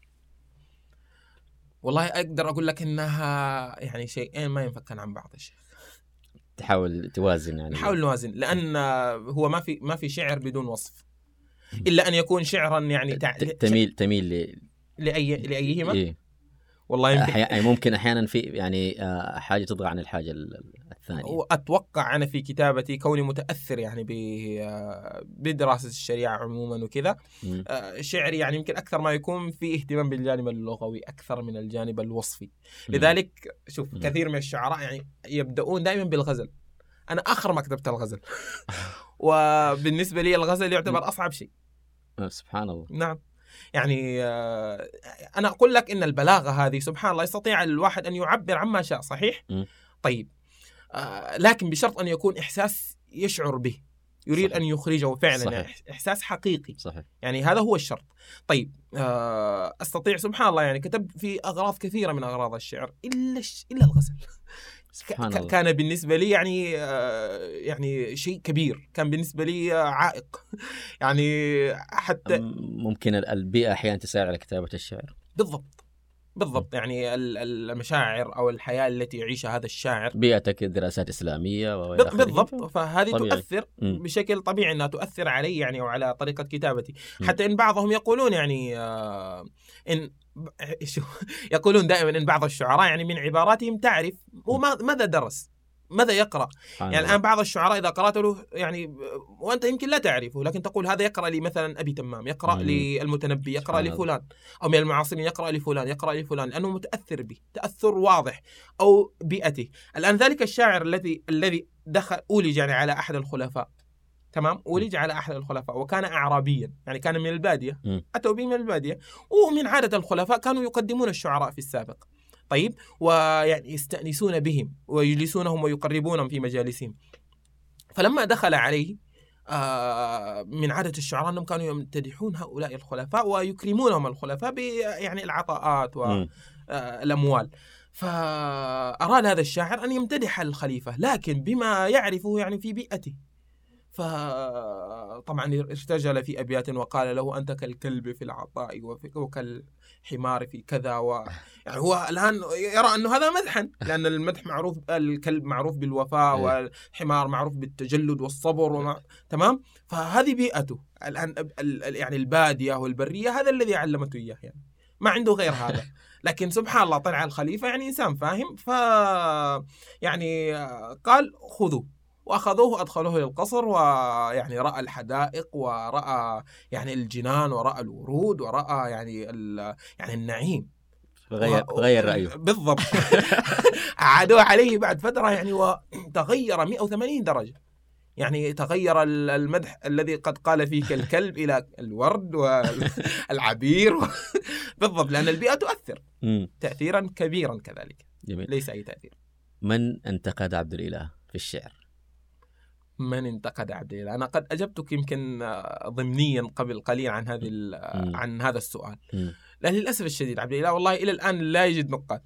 والله أقدر أقول لك إنها يعني شيئين ما ينفكان عن بعض. الشيخ تحاول توازن، يعني نحاول نوازن، لأن هو ما في شعر بدون وصف، إلا أن يكون شعرا يعني تميل لأيهما. إيه؟ والله ممكن أحيانا في يعني حاجة تطغى عن الحاجة الثانية. وأتوقع أنا في كتابتي كوني متأثر يعني بدراسة الشريعة عموما وكذا، شعري يعني يمكن أكثر ما يكون في اهتمام بالجانب اللغوي أكثر من الجانب الوصفي. لذلك شوف كثير من الشعراء يعني يبدأون دائما بالغزل. أنا آخر ما كتبت الغزل وبالنسبة لي الغزل يعتبر أصعب شيء. سبحان الله. نعم. يعني أنا أقول لك إن البلاغة هذه سبحان الله يستطيع الواحد أن يعبر عما شاء صحيح. طيب لكن بشرط أن يكون إحساس يشعر به، يريد صحيح. أن يخرجه فعلا يعني إحساس حقيقي صحيح. يعني هذا هو الشرط. طيب أستطيع سبحان الله يعني كتبت في أغراض كثيرة من أغراض الشعر إلا الغزل. كان بالنسبة لي يعني شيء كبير، كان بالنسبة لي عائق يعني. حتى ممكن البيئة أحيانا تساعد على كتابة الشعر. بالضبط. يعني المشاعر أو الحياة التي يعيشها هذا الشاعر، بيئتك دراسات إسلامية بالضبط. فهذه طبيعي. تؤثر بشكل طبيعي أنها تؤثر علي يعني أو على طريقة كتابتي. حتى إن بعضهم يقولون يعني إن يقولون دائما إن بعض الشعراء يعني من عباراتهم تعرف هو ماذا درس. ماذا يقرأ؟ يعني الآن بعض الشعراء إذا قرأت له يعني وأنت يمكن لا تعرفه، لكن تقول هذا يقرأ لي مثلا أبي تمام، يقرأ للمتنبي، يقرأ لفلان، أو من المعاصرين يقرأ لفلان، يقرأ لفلان، لأنه متأثر به تأثر واضح، أو بيئته. الآن ذلك الشاعر الذي دخل أولج يعني على أحد الخلفاء، تمام، ولج على أحد الخلفاء وكان أعرابيا، يعني كان من البادية، أتوا به من البادية، ومن عادة الخلفاء كانوا يقدمون الشعراء في السابق، طيب، ويعني يستأنسون بهم ويجلسونهم ويقربونهم في مجالسهم. فلما دخل عليه من عادة الشعراء أنهم كانوا يمتدحون هؤلاء الخلفاء ويكرمونهم الخلفاء يعني العطاءات والأموال. فأراد هذا الشاعر أن يمتدح الخليفة، لكن بما يعرفه يعني في بيئته. فطبعا ارتجل في أبيات وقال له أنت كالكلب في العطاء وكالحمار في كذا يعني هو الآن يرى أنه هذا مدحا، لأن المدح معروف، الكلب معروف بالوفاء والحمار معروف بالتجلد والصبر تمام. فهذه بيئته الآن، يعني البادية والبرية، هذا الذي علمته إياه، يعني ما عنده غير هذا. لكن سبحان الله طلع الخليفة يعني إنسان فاهم، يعني قال خذوا، وأخذوه وأدخلوه للقصر، ويعني رأى الحدائق ورأى يعني الجنان ورأى الورود ورأى يعني النعيم. غير رأيه بالضبط. أعادوه عليه بعد فترة يعني وتغير 180 درجة، يعني تغير المدح الذي قد قال فيه كالكلب إلى الورد والعبير. بالضبط، لأن البيئة تؤثر تأثيرا كبيرا كذلك. جميل. ليس أي تأثير. من انتقد عبد الإله في الشعر؟ من انتقد عبد الإله؟ أنا قد أجبتك يمكن ضمنيا قبل قليل عن هذا السؤال. لكن للأسف الشديد عبد الإله والله إلى الآن لا يجد نقاد.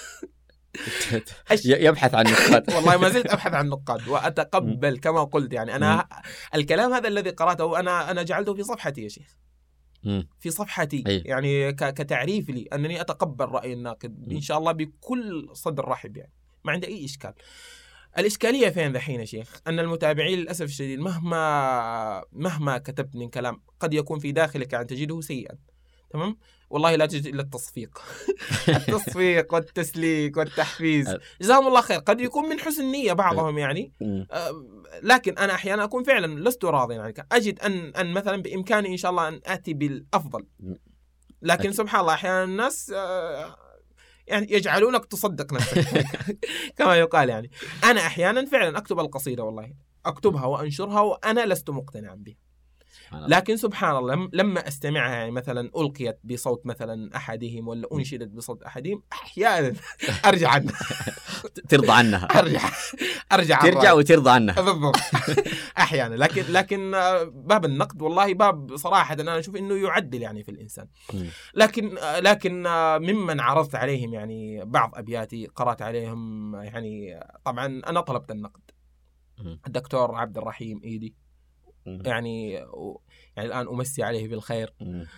يبحث عن نقاد. والله ما زلت أبحث عن نقاد، وأتقبل كما قلت، يعني أنا الكلام هذا الذي قرأته أنا جعلته في صفحتي يا شيخ، في صفحتي، يعني كتعريف لي أنني أتقبل رأي الناقد إن شاء الله بكل صدر رحب، يعني ما عندي أي إشكال. الإشكالية فين ذحين يا شيخ؟ أن المتابعين للأسف الشديد مهما كتبت من كلام قد يكون في داخلك أن تجده سيئا، تمام؟ والله لا تجد إلا التصفيق. التصفيق والتسليك والتحفيز، جزاهم الله خير. قد يكون من حسن نية بعضهم يعني، لكن أنا أحيانا أكون فعلا لست راضيا عنك، أجد أن مثلا بإمكاني إن شاء الله أن آتي بالأفضل، لكن سبحان الله أحيانا الناس يعني يجعلونك تصدق نفسك. كما يقال. يعني أنا أحيانا فعلا أكتب القصيدة، والله أكتبها وأنشرها وأنا لست مقتنعا بها، لكن سبحان الله لما أستمعها، يعني مثلا ألقيت بصوت مثلا أحدهم ولا أنشدت بصوت أحدهم، أحيانا أرجع عنها. ترضى عنها. ترجع وترضى عنها. بالضبط. أحيانا. لكن باب النقد والله باب صراحة أنا أشوف إنه يعدل يعني في الإنسان. لكن ممن عرضت عليهم يعني بعض أبياتي، قرأت عليهم، يعني طبعا أنا طلبت النقد، الدكتور عبد الرحيم إيدي، يعني الآن أمسي عليه بالخير.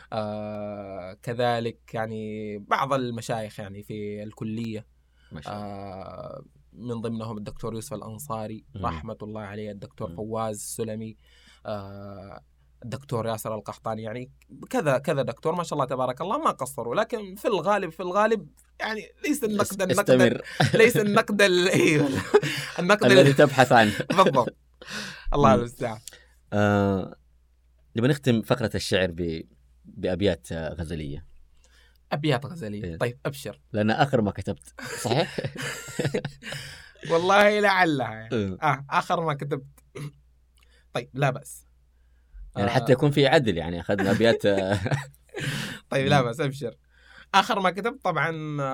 كذلك يعني بعض المشايخ يعني في الكلية، من ضمنهم الدكتور يوسف الأنصاري رحمة الله عليه، الدكتور فواز السلمي، الدكتور ياسر القحطاني، يعني كذا دكتور ما شاء الله تبارك الله ما قصروا. لكن في الغالب يعني ليس النقد ليس النقد الذي تبحث عنه. بالضبط. الله المستعان. نبغى نختم فقرة الشعر بأبيات غزلية. أبيات غزلية. إيه. طيب أبشر، لأن آخر ما كتبت صحيح. والله لعلها يعني. آخر ما كتبت. طيب لا بأس، يعني حتى يكون في عدل، يعني أخذنا أبيات. طيب لا بأس أبشر. آخر ما كتبت طبعا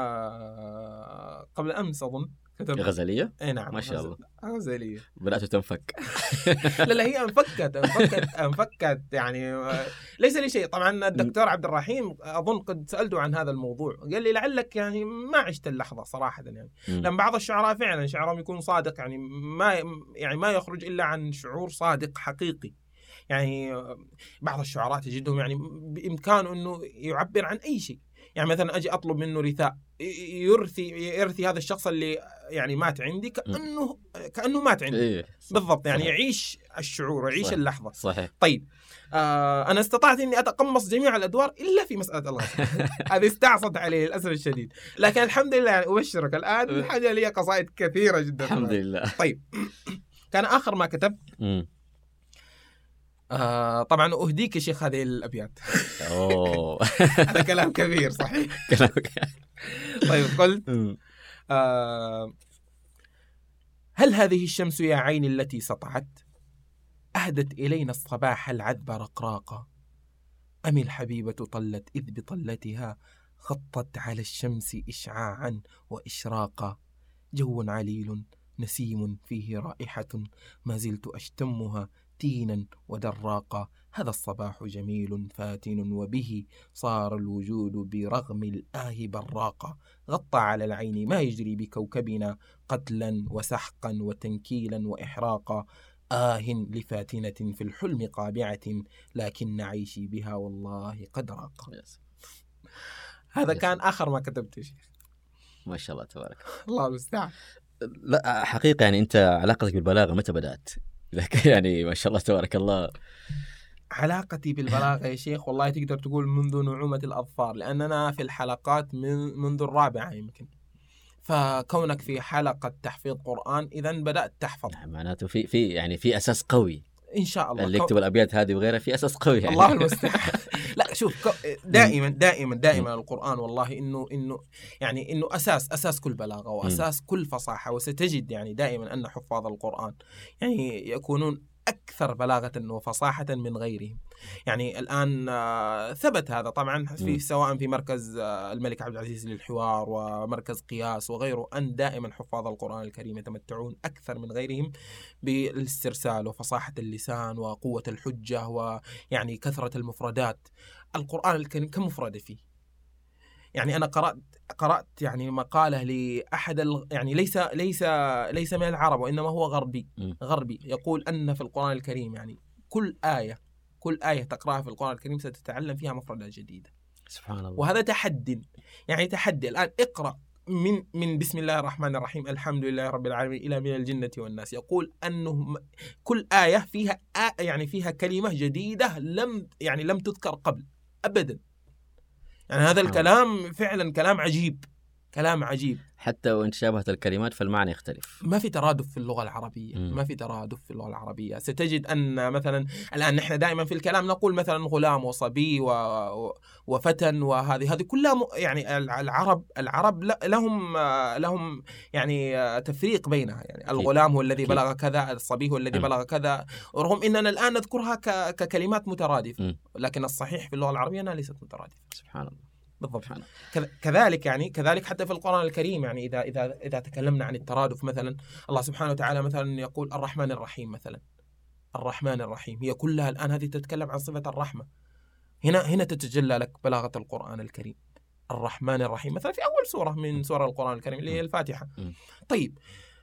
قبل أمس أظن كتبت غزلية. اي نعم ما شاء الله. غزلية. بدأت تنفك. لا هي انفكت يعني ليس لي شيء. طبعا الدكتور عبد الرحيم أظن قد سألته عن هذا الموضوع، قال لي لعلك يعني ما عشت اللحظة صراحة، يعني لأن بعض الشعراء فعلا شعرهم يكون صادق، يعني ما يخرج إلا عن شعور صادق حقيقي. يعني بعض الشعراء تجدهم يعني بإمكانه أنه يعبر عن أي شيء، يعني مثلا أجي أطلب منه رثاء، يرثي هذا الشخص اللي يعني مات عندي كأنه مات عندي. إيه بالضبط، يعني يعيش الشعور، يعيش اللحظة. صحيح. طيب أنا استطعت أني أتقمص جميع الأدوار إلا في مسألة الغسل. هذه استعصت عليه للأسف الشديد، لكن الحمد لله يعني أبشرك الآن الحاجة لي قصائد كثيرة جدا الحمد لله. طيب كان آخر ما كتبت طبعا أهديك يا شيخ هذه الأبيات. هذا كلام كبير صحيح. طيب قلت هل هذه الشمس يا عيني التي سطعت أهدت إلينا الصباح العذب رقراقا، أم الحبيبة طلت إذ بطلتها خطت على الشمس إشعاعا وإشراقا، جو عليل نسيم فيه رائحة ما زلت أشتمها تينا ودراقا، هذا الصباح جميل فاتن وبه صار الوجود برغم الآه براقا، غطى على العين ما يجري بكوكبنا قتلا وسحقا وتنكيلا وإحراقا، لفاتنة في الحلم قابعة لكن عيشي بها والله قد راقا. هذا كان آخر ما كتبت يا شيخ. ما شاء الله تبارك الله المستعان. لا حقيقة يعني أنت علاقتك بالبلاغة متى بدأت؟ يعني ما شاء الله تبارك الله. علاقتي بالبلاغة يا شيخ والله تقدر تقول منذ نعومة الأظفار، لأننا في الحلقات منذ الرابعة يمكن، فكونك في حلقة تحفيظ قرآن إذن بدأت تحفظ. معناته في يعني في أساس قوي إن شاء الله. اللي يكتب الأبيات هذه وغيرها في أساس قوي يعني. الله المستعان. لا شوف دائما القرآن والله إنه يعني إنه أساس كل بلاغة وأساس كل فصاحة، وستجد يعني دائما أن حفاظ القرآن يعني يكونون أكثر بلاغة وفصاحة من غيرهم. يعني الآن ثبت هذا طبعا سواء في مركز الملك عبد العزيز للحوار ومركز قياس وغيره، أن دائما حفاظ القرآن الكريم يتمتعون أكثر من غيرهم بالاسترسال وفصاحة اللسان وقوة الحجة ويعني كثرة المفردات. القرآن الكريم كم مفردة فيه؟ يعني أنا قرأت يعني مقالة لأحد يعني ليس من العرب وإنما هو غربي يقول أن في القرآن الكريم يعني كل آية تقرأها في القرآن الكريم ستتعلم فيها مفردات جديدة. سبحان الله. وهذا تحدي الآن اقرأ من بسم الله الرحمن الرحيم الحمد لله رب العالمين إلى من الجنة والناس، يقول أنه كل آية فيها كلمة جديدة لم تذكر قبل أبدا. يعني هذا الكلام فعلا كلام عجيب. حتى وإن شابهت الكلمات فالمعنى يختلف. ما في ترادف في اللغة العربية. ستجد أن مثلا الآن نحن دائما في الكلام نقول مثلا غلام وصبي وفتى، وهذه كلها يعني العرب لهم يعني تفريق بينها. يعني الغلام هو الذي بلغ كذا، الصبي هو الذي بلغ كذا، رغم أننا الآن نذكرها ككلمات مترادفة، لكن الصحيح في اللغة العربية أنها ليست مترادفة. سبحان الله. بالضبط. كذلك حتى في القرآن الكريم يعني إذا تكلمنا عن الترادف مثلا، الله سبحانه وتعالى مثلا يقول الرحمن الرحيم مثلا، الرحمن الرحيم هي كلها الآن هذه تتكلم عن صفة الرحمة. هنا تتجلى لك بلاغة القرآن الكريم. الرحمن الرحيم مثلا في أول سورة من سورة القرآن الكريم اللي هي الفاتحة. طيب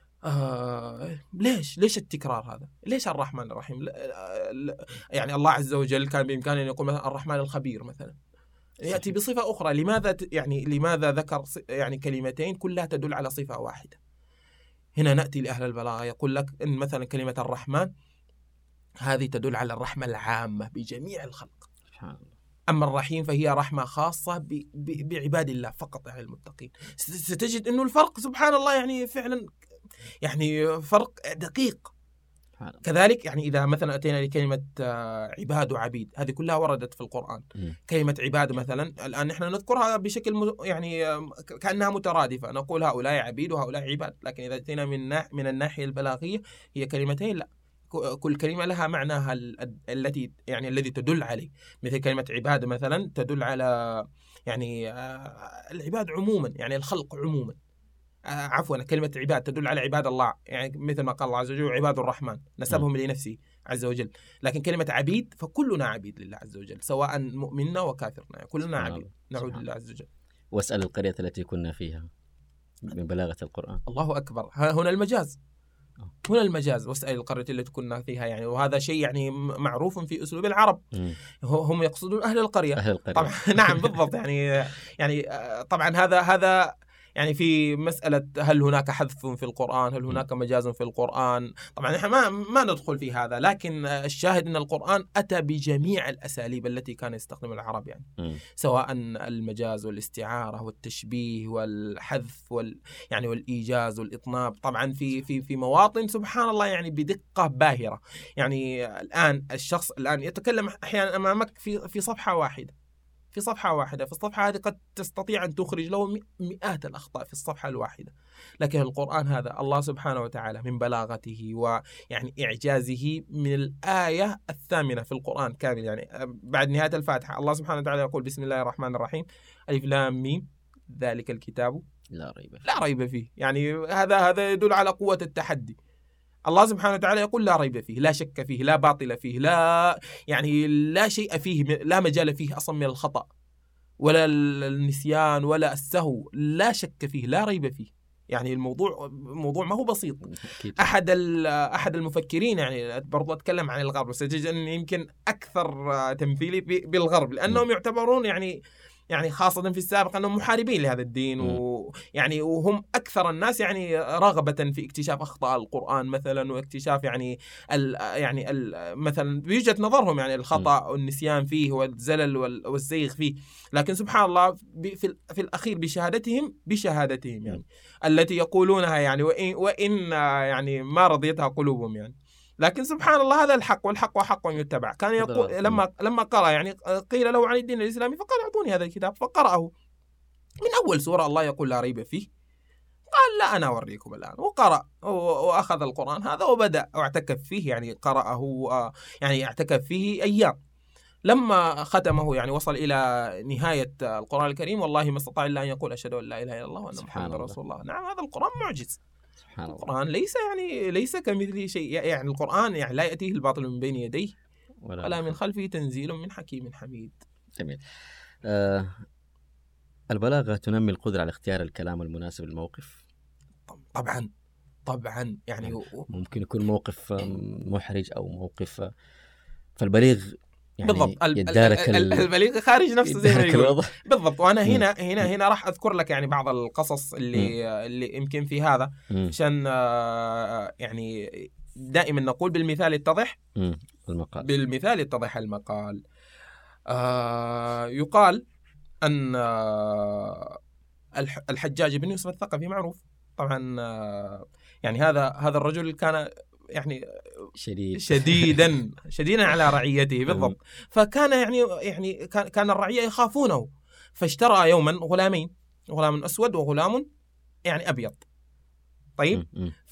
ليش التكرار هذا؟ ليش الرحمن الرحيم؟ يعني الله عز وجل كان بإمكانه أن يقول مثلا الرحمن الخبير مثلا، يأتي بصفة أخرى. لماذا ذكر يعني كلمتين كلها تدل على صفة واحدة؟ هنا نأتي لأهل البلاغة يقول لك إن مثلا كلمة الرحمن هذه تدل على الرحمة العامة بجميع الخلق، أما الرحيم فهي رحمة خاصة بعباد الله فقط، يعني المتقين. ستجد أنه الفرق سبحان الله يعني فعلا يعني فرق دقيق. كذلك يعني إذا مثلا أتينا لكلمة عباد وعبيد، هذه كلها وردت في القرآن. كلمة عباد مثلا الآن نحن نذكرها بشكل يعني كأنها مترادفة، نقول هؤلاء عبيد وهؤلاء عباد، لكن إذا أتينا من الناحية البلاغية هي كلمتين، لا، كل كلمة لها معناها الذي تدل عليه. مثل كلمة عباد مثلا تدل على يعني العباد عموما، يعني الخلق عموما. عفوا كلمة عباد تدل على عباد الله، يعني مثل ما قال الله عز وجل عباد الرحمن، نسبهم لنفسه عز وجل. لكن كلمة عبيد فكلنا عبيد لله عز وجل، سواء مؤمننا وكافرنا، كلنا عبيد نعود لله عز وجل. واسأل القرية التي كنا فيها من بلاغة القرآن. الله أكبر. هنا المجاز واسأل القرية التي كنا فيها، يعني وهذا شيء يعني معروف في أسلوب العرب. هم يقصدون أهل القرية. طبعا نعم بالضبط. يعني طبعا هذا يعني في مسألة هل هناك حذف في القرآن، هل هناك مجاز في القرآن. طبعا احنا ما ندخل في هذا، لكن الشاهد أن القرآن أتى بجميع الأساليب التي كان يستخدم العرب، يعني سواء المجاز والاستعارة والتشبيه والحذف يعني والإيجاز والإطناب، طبعا في مواطن سبحان الله يعني بدقة باهرة. يعني الآن الشخص الآن يتكلم أحيانا أمامك في صفحة واحدة، في الصفحة هذه قد تستطيع أن تخرج له مئات الأخطاء في الصفحة الواحدة. لكن القرآن هذا الله سبحانه وتعالى من بلاغته ويعني إعجازه من الآية 8 في القرآن كامل، يعني بعد نهاية الفاتحة الله سبحانه وتعالى يقول بسم الله الرحمن الرحيم ألف لام ميم ذلك الكتاب لا ريب فيه. يعني هذا يدل على قوة التحدي. الله سبحانه وتعالى يقول لا ريب فيه، لا شك فيه، لا باطل فيه، لا يعني لا شيء فيه، لا مجال فيه أصلا من الخطأ ولا النسيان ولا السهو، لا شك فيه، لا ريب فيه. يعني الموضوع ما هو بسيط. أحد المفكرين، يعني برضو أتكلم عن الغرب، ستجد أن يمكن أكثر تمثيلي بالغرب، لأنهم يعتبرون يعني خاصة في السابق أنهم محاربين لهذا الدين، ويعني وهم أكثر الناس يعني رغبة في اكتشاف أخطاء القرآن مثلا، واكتشاف يعني مثلا بوجهة نظرهم يعني الخطأ والنسيان فيه والزلل والزيغ فيه. لكن سبحان الله في الأخير بشهادتهم يعني التي يقولونها، يعني وإن يعني ما رضيتها قلوبهم يعني. لكن سبحان الله هذا الحق، والحق حق يتبع. كان يقول لما قرأ، يعني قيل له عن الدين الإسلامي فقال أعطوني هذا الكتاب، فقرأه من أول سورة الله يقول لا ريب فيه، قال لا أنا أوريكم الآن، وقرأ وأخذ القرآن هذا وبدأ واعتكف فيه، يعني قرأه يعني اعتكف فيه أيام. لما ختمه يعني وصل إلى نهاية القرآن الكريم والله ما استطاع إلا أن يقول أشهد أن لا إله إلا الله وأن محمدا رسول الله. نعم هذا القرآن معجز. القرآن ليس كمثله شيء، يعني القرآن يعني لا يأتيه الباطل من بين يديه ولا من خلفه، تنزيل من حكيم حميد. جميل. البلاغة تنمي القدرة على اختيار الكلام المناسب للموقف. طبعا يعني ممكن يكون موقف محرج أو موقف، فالبليغ يعني بالضبط البليغ خارج نفسه زي ما يقول بالضبط. وانا هنا راح اذكر لك يعني بعض القصص اللي يمكن في هذا، عشان يعني دائما نقول بالمثال يتضح المقال. يقال ان الحجاج بن يوسف الثقفي معروف طبعا، يعني هذا الرجل كان يعني شديدا على رعيته بالضبط. فكان يعني كان الرعية يخافونه، فاشترى يوما غلامين، غلام أسود وغلام يعني أبيض. طيب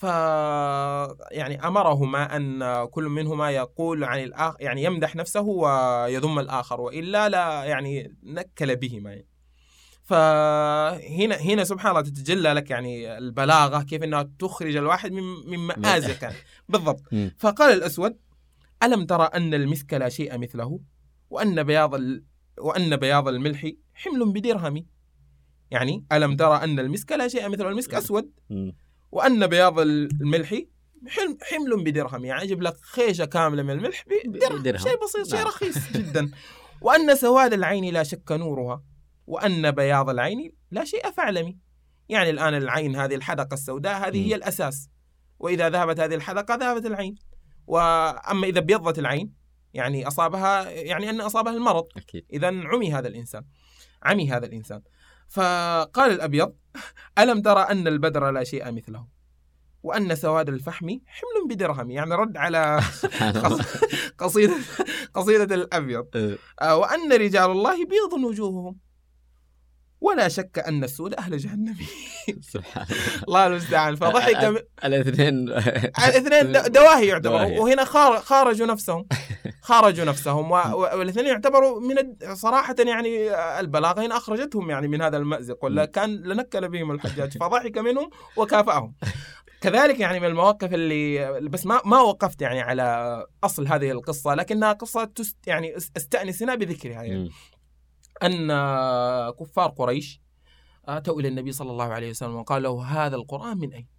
يعني أمرهما أن كل منهما يقول عن الآخر، يعني يمدح نفسه ويذم الآخر، وإلا لا يعني نكل بهما يعني. فهنا سبحان الله تتجلى لك يعني البلاغة، كيف أنها تخرج الواحد من مآزق يعني. بالضبط. فقال الأسود ألم ترى أن المسك لا شيء مثله، وأن بياض الملح حمل بدرهم. يعني ألم ترى أن المسك لا شيء مثله، المسك أسود، وأن بياض الملح حمل بدرهم، يعني يجيب لك خيشة كاملة من الملح بدرهم، شيء بسيط، شيء رخيص جدا. وأن سواد العين لا شك نورها، وأن بياض العين لا شيء فاعلمي. يعني الآن العين هذه الحدقة السوداء هذه هي الأساس، وإذا ذهبت هذه الحدقة ذهبت العين. وأما إذا بيضت العين يعني أصابها، يعني أن أصابها المرض، إذن عمي هذا الإنسان. فقال الأبيض ألم ترى أن البدر لا شيء مثله، وأن سواد الفحم حمل بدرهم. يعني رد على قصيدة الأبيض. وأن رجال الله بيض وجوههم، ولا شك أن السود أهل جهنم. سبحان الله المستعان. فضحك الاثنين دواهي يعتبروا، وهنا خارجوا نفسهم والاثنين يعتبروا من صراحة يعني البلاغة هنا أخرجتهم يعني من هذا المأزق، ولا كان لنكل بهم الحجاج، فضحك منهم وكافأهم. كذلك يعني من المواقف اللي بس ما وقفت يعني على أصل هذه القصة، لكنها قصة يعني استأنسنا بذكرها يعني. أن كفار قريش أتوا إلى النبي صلى الله عليه وسلم وقال له هذا القرآن من أين؟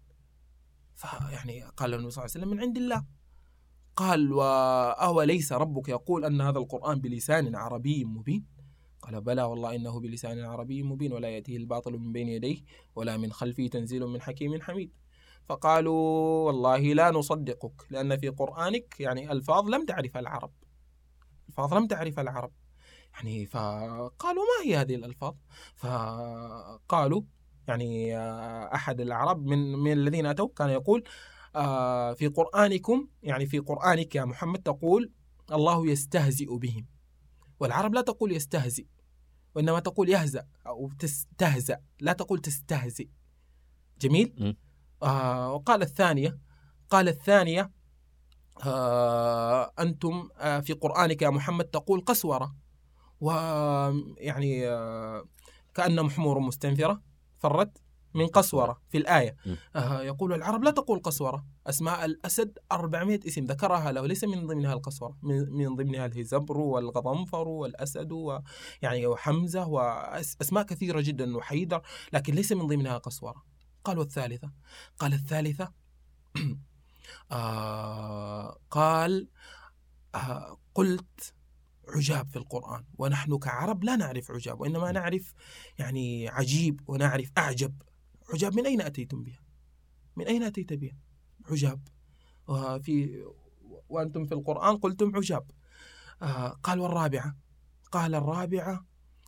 فيعني قال له النبي صلى الله عليه وسلم من عند الله. قال وأوليس ربك يقول أن هذا القرآن بلسان عربي مبين؟ قال بلى والله إنه بلسان عربي مبين ولا يأتيه الباطل من بين يديه ولا من خلفه تنزيل من حكيم حميد. فقالوا والله لا نصدقك لأن في قرآنك يعني ألفاظ لم تعرفها العرب، ألفاظ لم تعرفها العرب يعني. فقالوا ما هي هذه الألفاظ؟ فقالوا يعني أحد العرب من الذين أتوا كان يقول في قرآنكم يعني في قرآنك يا محمد تقول الله يستهزئ بهم، والعرب لا تقول يستهزئ وإنما تقول يهزأ أو تستهزأ، لا تقول تستهزئ. جميل. وقال الثانية، قال الثانية أنتم في قرآنك يا محمد تقول قسورة، ويعني كأن حمور مستنفرة فرت من قسورة في الآية. يقول العرب لا تقول قسورة، أسماء الأسد 400 اسم ذكرها له ليس من ضمنها القسورة، من ضمنها الهزبر والغضنفر والأسد ويعني وحمزة وأسماء كثيرة جدا وحيدر، لكن ليس من ضمنها قسورة. قالوا الثالثة، قال الثالثة قال قلت عجاب في القرآن، ونحن كعرب لا نعرف عجاب وإنما نعرف يعني عجيب ونعرف أعجب. عجاب من أين أتيتم بها؟ من أين أتيت بها عجاب؟ وأنتم في القرآن قلتم عجاب. قال والرابعة، قال الرابعة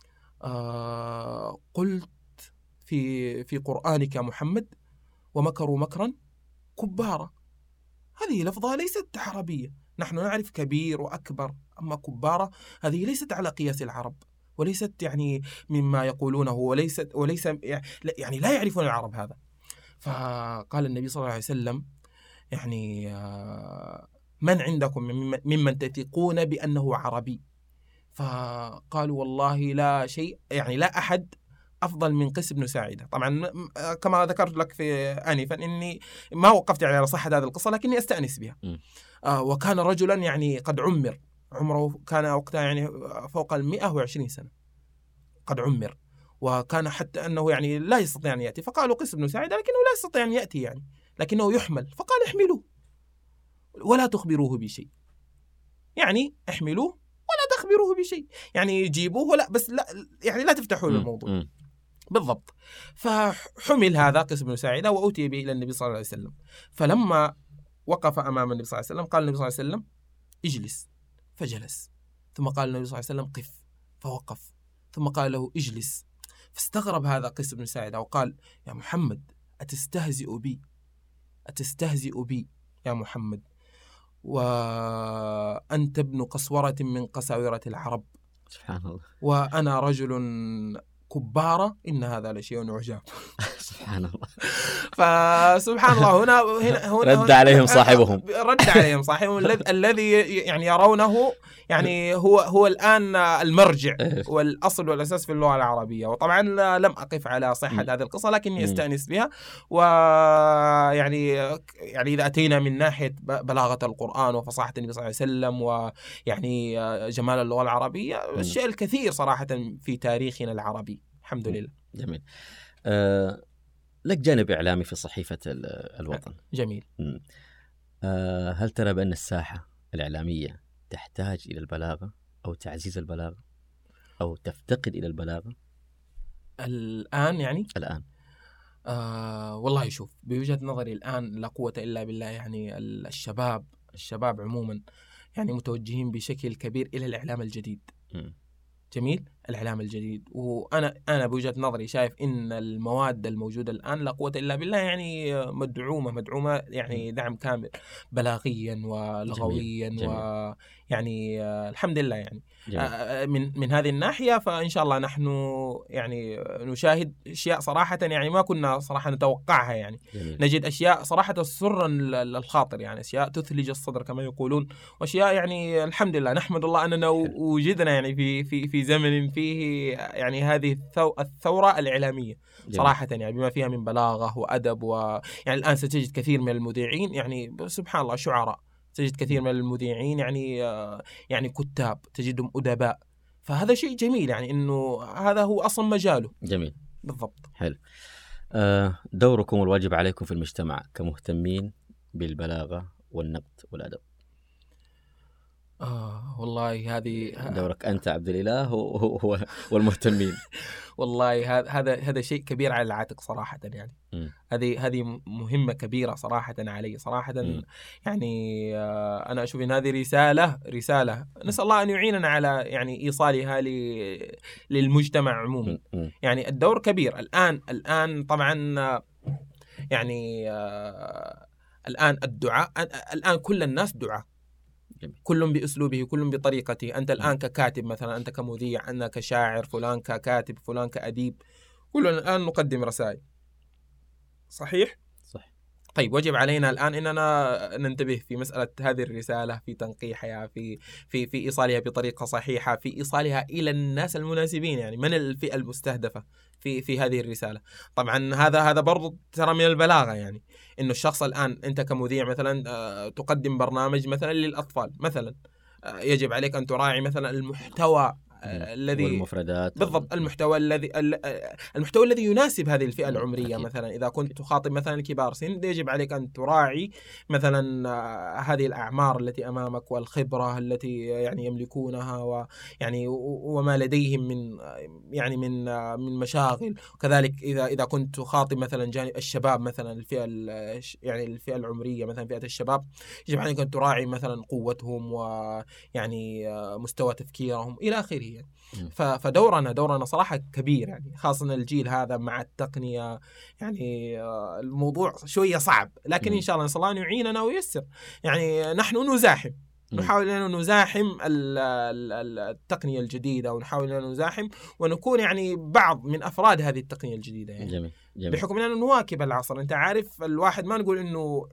قلت في قرآنك يا محمد ومكروا مكرا كبارا. هذه لفظة ليست عربية، نحن نعرف كبير وأكبر، أما كبارة هذه ليست على قياس العرب وليست يعني مما يقولونه، وليس يعني لا يعرفون العرب هذا. فقال النبي صلى الله عليه وسلم يعني من عندكم ممن تثقون بأنه عربي؟ فقالوا والله لا شيء، يعني لا أحد أفضل من قيس بن ساعدة. طبعا كما ذكرت لك في آنفا إني ما وقفت يعني على صحة هذه القصة لكني أستأنس بها. وكان رجلا يعني قد عمره كان وقتها يعني فوق 120 سنة قد عمر، وكان حتى أنه يعني لا يستطيع أن يأتي. فقالوا قيس بن ساعدة لكنه لا يستطيع أن يأتي يعني، لكنه يحمل. فقال احملوه ولا تخبروه بشيء، يعني احملوه ولا تخبروه بشيء، يعني جيبوه ولا بس لا يعني لا تفتحوا له الموضوع. بالضبط. فحمل هذا قيس بن ساعدة وأتي به إلى النبي صلى الله عليه وسلم. فلما وقف أمام النبي صلى الله عليه وسلم قال النبي صلى الله عليه وسلم اجلس، فجلس. ثم قال النبي صلى الله عليه وسلم قف، فوقف. ثم قال له اجلس. فاستغرب هذا قيس بن ساعدة وقال يا محمد أتستهزئ بي؟ أتستهزئ بي يا محمد وأنت ابن قسورة من قساورة العرب؟ سبحان الله. وأنا رجل كبارة، إن هذا لشيء عجاب. سبحان الله. فسبحان الله هنا رد عليهم صاحبهم، رد عليهم صاحبهم الذي يعني يرونه يعني هو الآن المرجع والأصل والأساس في اللغة العربية. وطبعا لم أقف على صحة هذه القصة لكني أستأنس بها. ويعني إذا أتينا من ناحية بلاغة القرآن وفصاحة النبي صلى الله عليه وسلم ويعني جمال اللغة العربية، الشيء الكثير صراحة في تاريخنا العربي الحمد لله. جميل. لك جانب إعلامي في صحيفة الوطن. جميل. هل ترى بأن الساحة الإعلامية تحتاج إلى البلاغة أو تعزيز البلاغة أو تفتقد إلى البلاغة الآن يعني؟ الآن والله شوف، بوجهة نظري الآن لا قوة إلا بالله، يعني الشباب عموما يعني متوجهين بشكل كبير إلى الإعلام الجديد. جميل. الإعلام الجديد. وأنا بوجهة نظري شايف إن المواد الموجودة الآن لا قوة إلا بالله يعني مدعومة يعني دعم كامل بلاغيا ولغويا. جميل. ويعني الحمد لله يعني من هذه الناحية. فإن شاء الله نحن يعني نشاهد أشياء صراحة يعني ما كنا صراحة نتوقعها يعني. جميل. نجد أشياء صراحة سرا للخاطر، يعني أشياء تثلج الصدر كما يقولون، وأشياء يعني الحمد لله نحمد الله أننا وجدنا يعني في زمن فيه يعني هذه الثورة الإعلامية. جميل. صراحة يعني بما فيها من بلاغة وأدب. ويعني الآن ستجد كثير من المذيعين يعني سبحان الله شعراء، تجد كثير من المذيعين يعني كتاب، تجدهم أدباء. فهذا شيء جميل يعني إنه هذا هو أصلا مجاله. جميل. بالضبط. حلو. دوركم والواجب عليكم في المجتمع كمهتمين بالبلاغة والنقد والأدب. والله هذه دورك أنت عبد الإله والمهتمين. والله هذا شيء كبير على العاتق صراحة يعني. هذه مهمة كبيرة صراحة علي صراحة. يعني أنا أشوف إن هذه رسالة نسأل الله أن يعيننا على يعني إيصالها للمجتمع عموما. يعني الدور كبير الآن طبعا يعني الآن الدعاء الآن كل الناس دعاء، كل بأسلوبه، كل بطريقته. أنت الآن ككاتب مثلا، أنت كمذيع، أنا كشاعر، فلان ككاتب، فلان كأديب، كلنا الآن نقدم رسائل. صحيح؟ صح. طيب وجب علينا الآن إننا ننتبه في مسألة هذه الرسالة، في تنقيحها، في إيصالها بطريقة صحيحة، في إيصالها إلى الناس المناسبين. يعني من الفئة المستهدفة في هذه الرسالة. طبعا هذا برضو ترى من البلاغة، يعني إنه الشخص الآن أنت كمذيع مثلا تقدم برنامج مثلا للأطفال مثلا، يجب عليك أن تراعي مثلا المحتوى الذي والمفردات بالضبط، المحتوى الذي يناسب هذه الفئة العمرية. مثلا إذا كنت تخاطب مثلا كبار سن، يجب عليك أن تراعي مثلا هذه الأعمار التي أمامك والخبرة التي يعني يملكونها، ويعني وما لديهم من يعني من مشاغل. وكذلك إذا كنت تخاطب مثلا جانب الشباب مثلا، الفئة العمرية مثلا فئة الشباب، يجب عليك أن تراعي مثلا قوتهم ويعني مستوى تفكيرهم إلى آخره. فدورنا صراحة كبير، يعني خاصة الجيل هذا مع التقنية. يعني الموضوع شوية صعب، لكن إن شاء الله نسأل الله أن يعيننا وييسر. يعني نحن نحاول أن نزاحم التقنية الجديدة، ونحاول أن نزاحم ونكون يعني بعض من أفراد هذه التقنية الجديدة يعني. جميل. بحكم أننا نواكب العصر. أنت عارف الواحد ما نقول إنه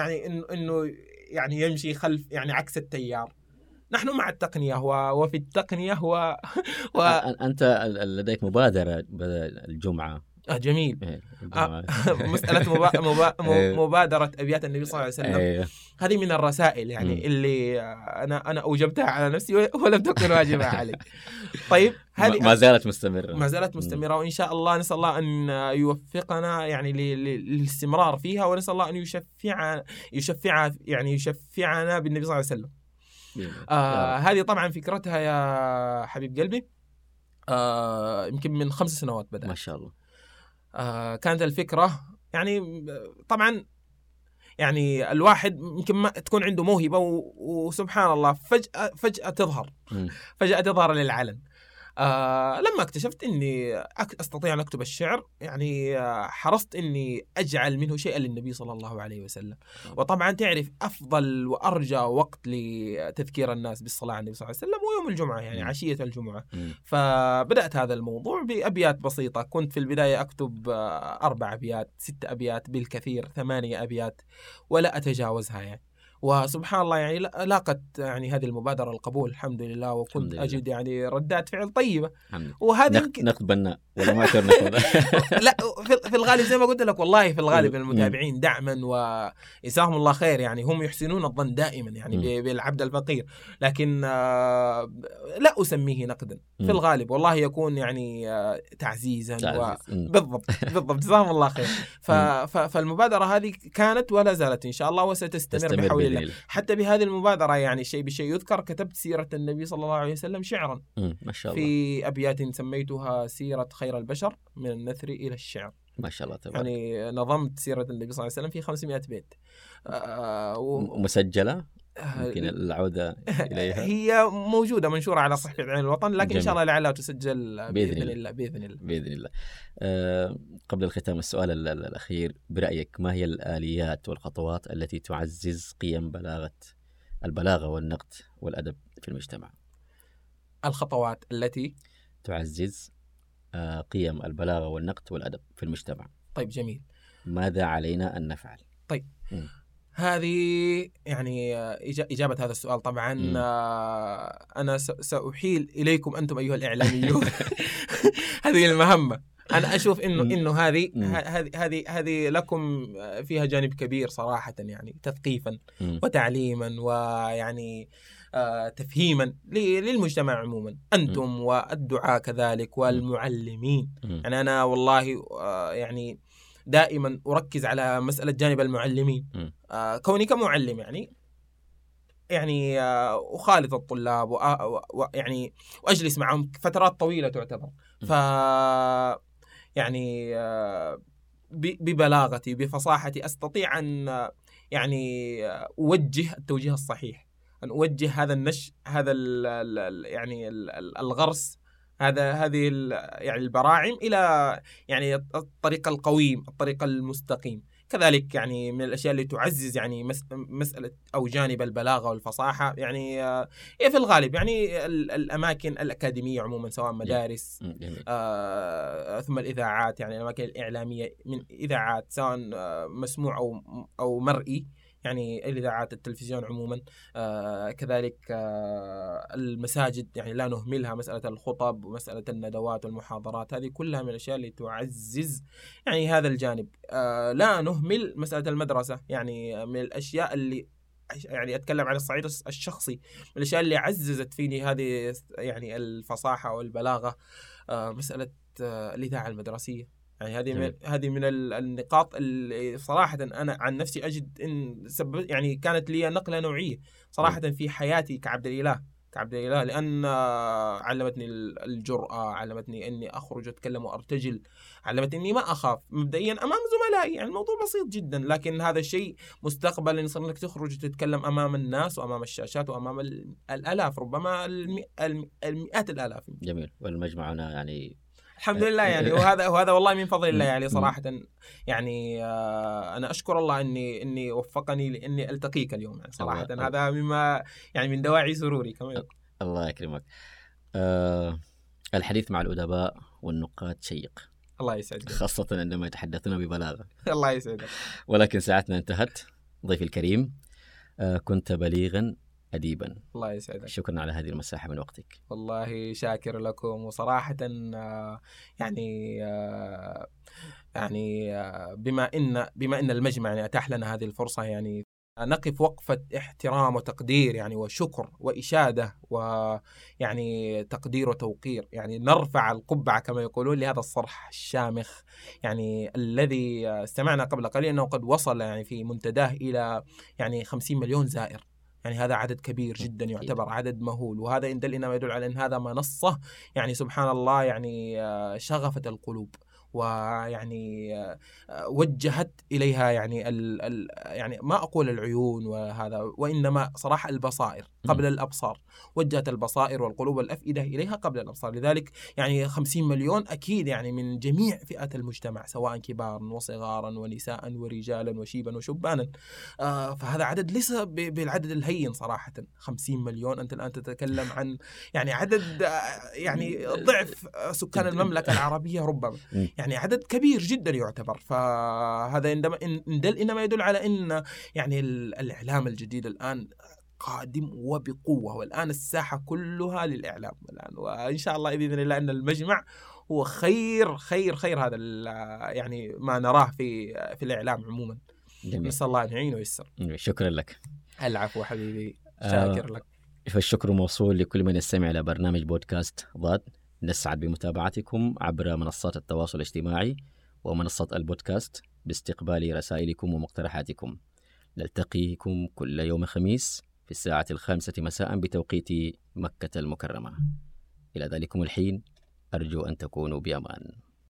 يعني يمشي خلف يعني عكس التيار. نحن مع التقنية وفي التقنية أنت لديك مبادرة الجمعة. جميل. مسألة مبادرة أبيات النبي صلى الله عليه وسلم. هذه من الرسائل يعني اللي أنا أوجبتها على نفسي ولم تكن واجبة علي. طيب هذه ما زالت مستمرة وإن شاء الله نسأل الله أن يوفقنا يعني للاستمرار فيها، ونسأل الله أن يشفعنا بالنبي صلى الله عليه وسلم. هذه طبعا فكرتها يا حبيب قلبي يمكن من 5 سنوات بدأت. ما شاء الله. كانت الفكرة يعني طبعا يعني الواحد يمكن ما تكون عنده موهبة وسبحان الله فجأة تظهر للعلن. لما اكتشفت أني أستطيع أن أكتب الشعر، يعني حرصت أني أجعل منه شيئا للنبي صلى الله عليه وسلم. وطبعا تعرف أفضل وأرجى وقت لتذكير الناس بالصلاة على النبي صلى الله عليه وسلم ويوم الجمعة، يعني عشية الجمعة. فبدأت هذا الموضوع بأبيات بسيطة. كنت في البداية أكتب 4 أبيات 6 أبيات بالكثير 8 أبيات ولا أتجاوزها يعني. وسبحان الله يعني لاقت يعني هذه المبادرة القبول الحمد لله، وكنت أجد يعني ردات فعل طيبة. وهذه نقبلنا ولا ما نقبل. لا في الغالب زي ما قلت لك، والله في الغالب المتابعين دعما وإساهم الله خير، يعني هم يحسنون الظن دائما يعني بالعبد الفقير، لكن لا أسميه نقدا. في الغالب والله يكون يعني تعزيزا بالضبط جزاهم الله خير. فالمبادرة هذه كانت ولا زالت إن شاء الله وستستمر بحول الله. حتى بهذه المبادرة يعني شيء بشيء يذكر، كتبت سيرة النبي صلى الله عليه وسلم شعرا ما شاء الله، في أبيات سميتها سيرة خير البشر من النثر إلى الشعر. ما شاء الله تبارك. يعني نظمت سيرة النبي صلى الله عليه وسلم في 500 بيت مسجلة، يمكن العودة إليها. هي موجودة منشورة على صحيفة عين الوطن، لكن إن شاء الله لعلها تسجل بإذن الله. قبل الختام السؤال الأخير، برأيك ما هي الآليات والخطوات التي تعزز قيم البلاغة والنقد والأدب في المجتمع؟ الخطوات التي تعزز قيم البلاغة والنقد والأدب في المجتمع. طيب جميل. ماذا علينا أن نفعل؟ طيب هذه يعني إجابة هذا السؤال طبعا أنا سأحيل إليكم أنتم أيها الإعلاميون هذه المهمة. أنا أشوف إنه هذه لكم فيها جانب كبير صراحة، يعني تثقيفا وتعليما ويعني تفهيما للمجتمع عموما، أنتم والدعاة كذلك والمعلمين. يعني أنا والله يعني دائما أركز على مسألة جانب المعلمين. كوني كمعلم يعني يعني أخالط الطلاب يعني وأجلس معهم فترات طويلة تعتبر. ف يعني ببلاغتي بفصاحتي أستطيع أن يعني أوجه التوجيه الصحيح، أن أوجه هذا النشء، هذا يعني الغرس، هذه يعني البراعم إلى يعني الطريق القويم، الطريق المستقيم. كذلك يعني من الأشياء اللي تعزز يعني مسألة أو جانب البلاغة والفصاحة يعني هي في الغالب يعني الأماكن الأكاديمية عموما، سواء مدارس ثم الإذاعات، يعني الأماكن الإعلامية من إذاعات سواء مسموع أو مرئي، يعني الإذاعات، التلفزيون عموما. كذلك المساجد يعني لا نهملها، مسألة الخطب ومسألة الندوات والمحاضرات، هذه كلها من الأشياء اللي تعزز يعني هذا الجانب. لا نهمل مسألة المدرسة، يعني من الأشياء اللي يعني أتكلم عن الصعيد الشخصي، من الأشياء اللي عززت فيني هذه يعني الفصاحة والبلاغة مسألة الإذاعة المدرسية. يعني هذه من النقاط اللي صراحة أنا عن نفسي أجد إن يعني كانت لي نقلة نوعية صراحة في حياتي كعبد الإله، لأن علمتني الجرأة، علمتني إني أخرج أتكلم وأرتجل، علمتني إني ما أخاف مبدئيا أمام زملائي. يعني الموضوع بسيط جدا، لكن هذا الشيء مستقبلا يصير لك تخرج وتتكلم أمام الناس وأمام الشاشات وأمام الآلاف، ربما المئات الآلاف. جميل. والمجمعنا يعني الحمد لله يعني، وهذا والله من فضل الله يعني صراحة. يعني أنا أشكر الله إني وفقني لإني ألتقيك اليوم يعني صراحة. هذا مما يعني من دواعي سروري كمان. الله يكرمك. الحديث مع الأدباء والنقاد شيق، الله يسعدك، خاصة عندما يتحدثون ببلاغة. الله يسعدك. ولكن ساعتنا انتهت. ضيفي الكريم، كنت بليغا أديبا. الله يسعدك. شكرا على هذه المساحة من وقتك. والله شاكر لكم، وصراحة يعني بما إن المجمع يعني أتاح لنا هذه الفرصة، يعني نقف وقفة احترام وتقدير يعني وشكر وإشادة ويعني تقدير وتوقير، يعني نرفع القبعة كما يقولون لهذا الصرح الشامخ يعني الذي استمعنا قبل قليل أنه قد وصل يعني في منتداه إلى يعني 50 مليون زائر. يعني هذا عدد كبير جدا، يعتبر عدد مهول، وهذا إن دل إنما يدل على أن هذا منصة يعني سبحان الله يعني شغفت القلوب، ويعني وجهت إليها يعني يعني ما أقول العيون وهذا، وإنما صراحة البصائر قبل الأبصار، وجهت البصائر والقلوب والأفئدة إليها قبل الأبصار. لذلك يعني 50 مليون أكيد يعني من جميع فئات المجتمع، سواء كبارا وصغارا ونساء ورجالا وشيبا وشبانا. فهذا عدد ليس بالعدد الهين صراحة. 50 مليون، أنت الآن تتكلم عن يعني عدد يعني ضعف سكان المملكة العربية ربما، يعني عدد كبير جدا يعتبر. فهذا إنما يدل على أن يعني الإعلام الجديد الآن قادم وبقوة، والآن الساحة كلها للإعلام الآن، وإن شاء الله بإذن الله أن المجمع هو خير هذا يعني ما نراه في الإعلام عموما. نسأل الله أن يعين ويسر. شكرا لك. العفو حبيبي، شاكر لك. فالشكر موصول لكل من يستمع إلى برنامج بودكاست ضاد. نسعد بمتابعتكم عبر منصات التواصل الاجتماعي ومنصة البودكاست باستقبال رسائلكم ومقترحاتكم. نلتقيكم كل يوم خميس في الساعة 5 مساء بتوقيت مكة المكرمة. إلى ذلكم الحين أرجو أن تكونوا بأمان.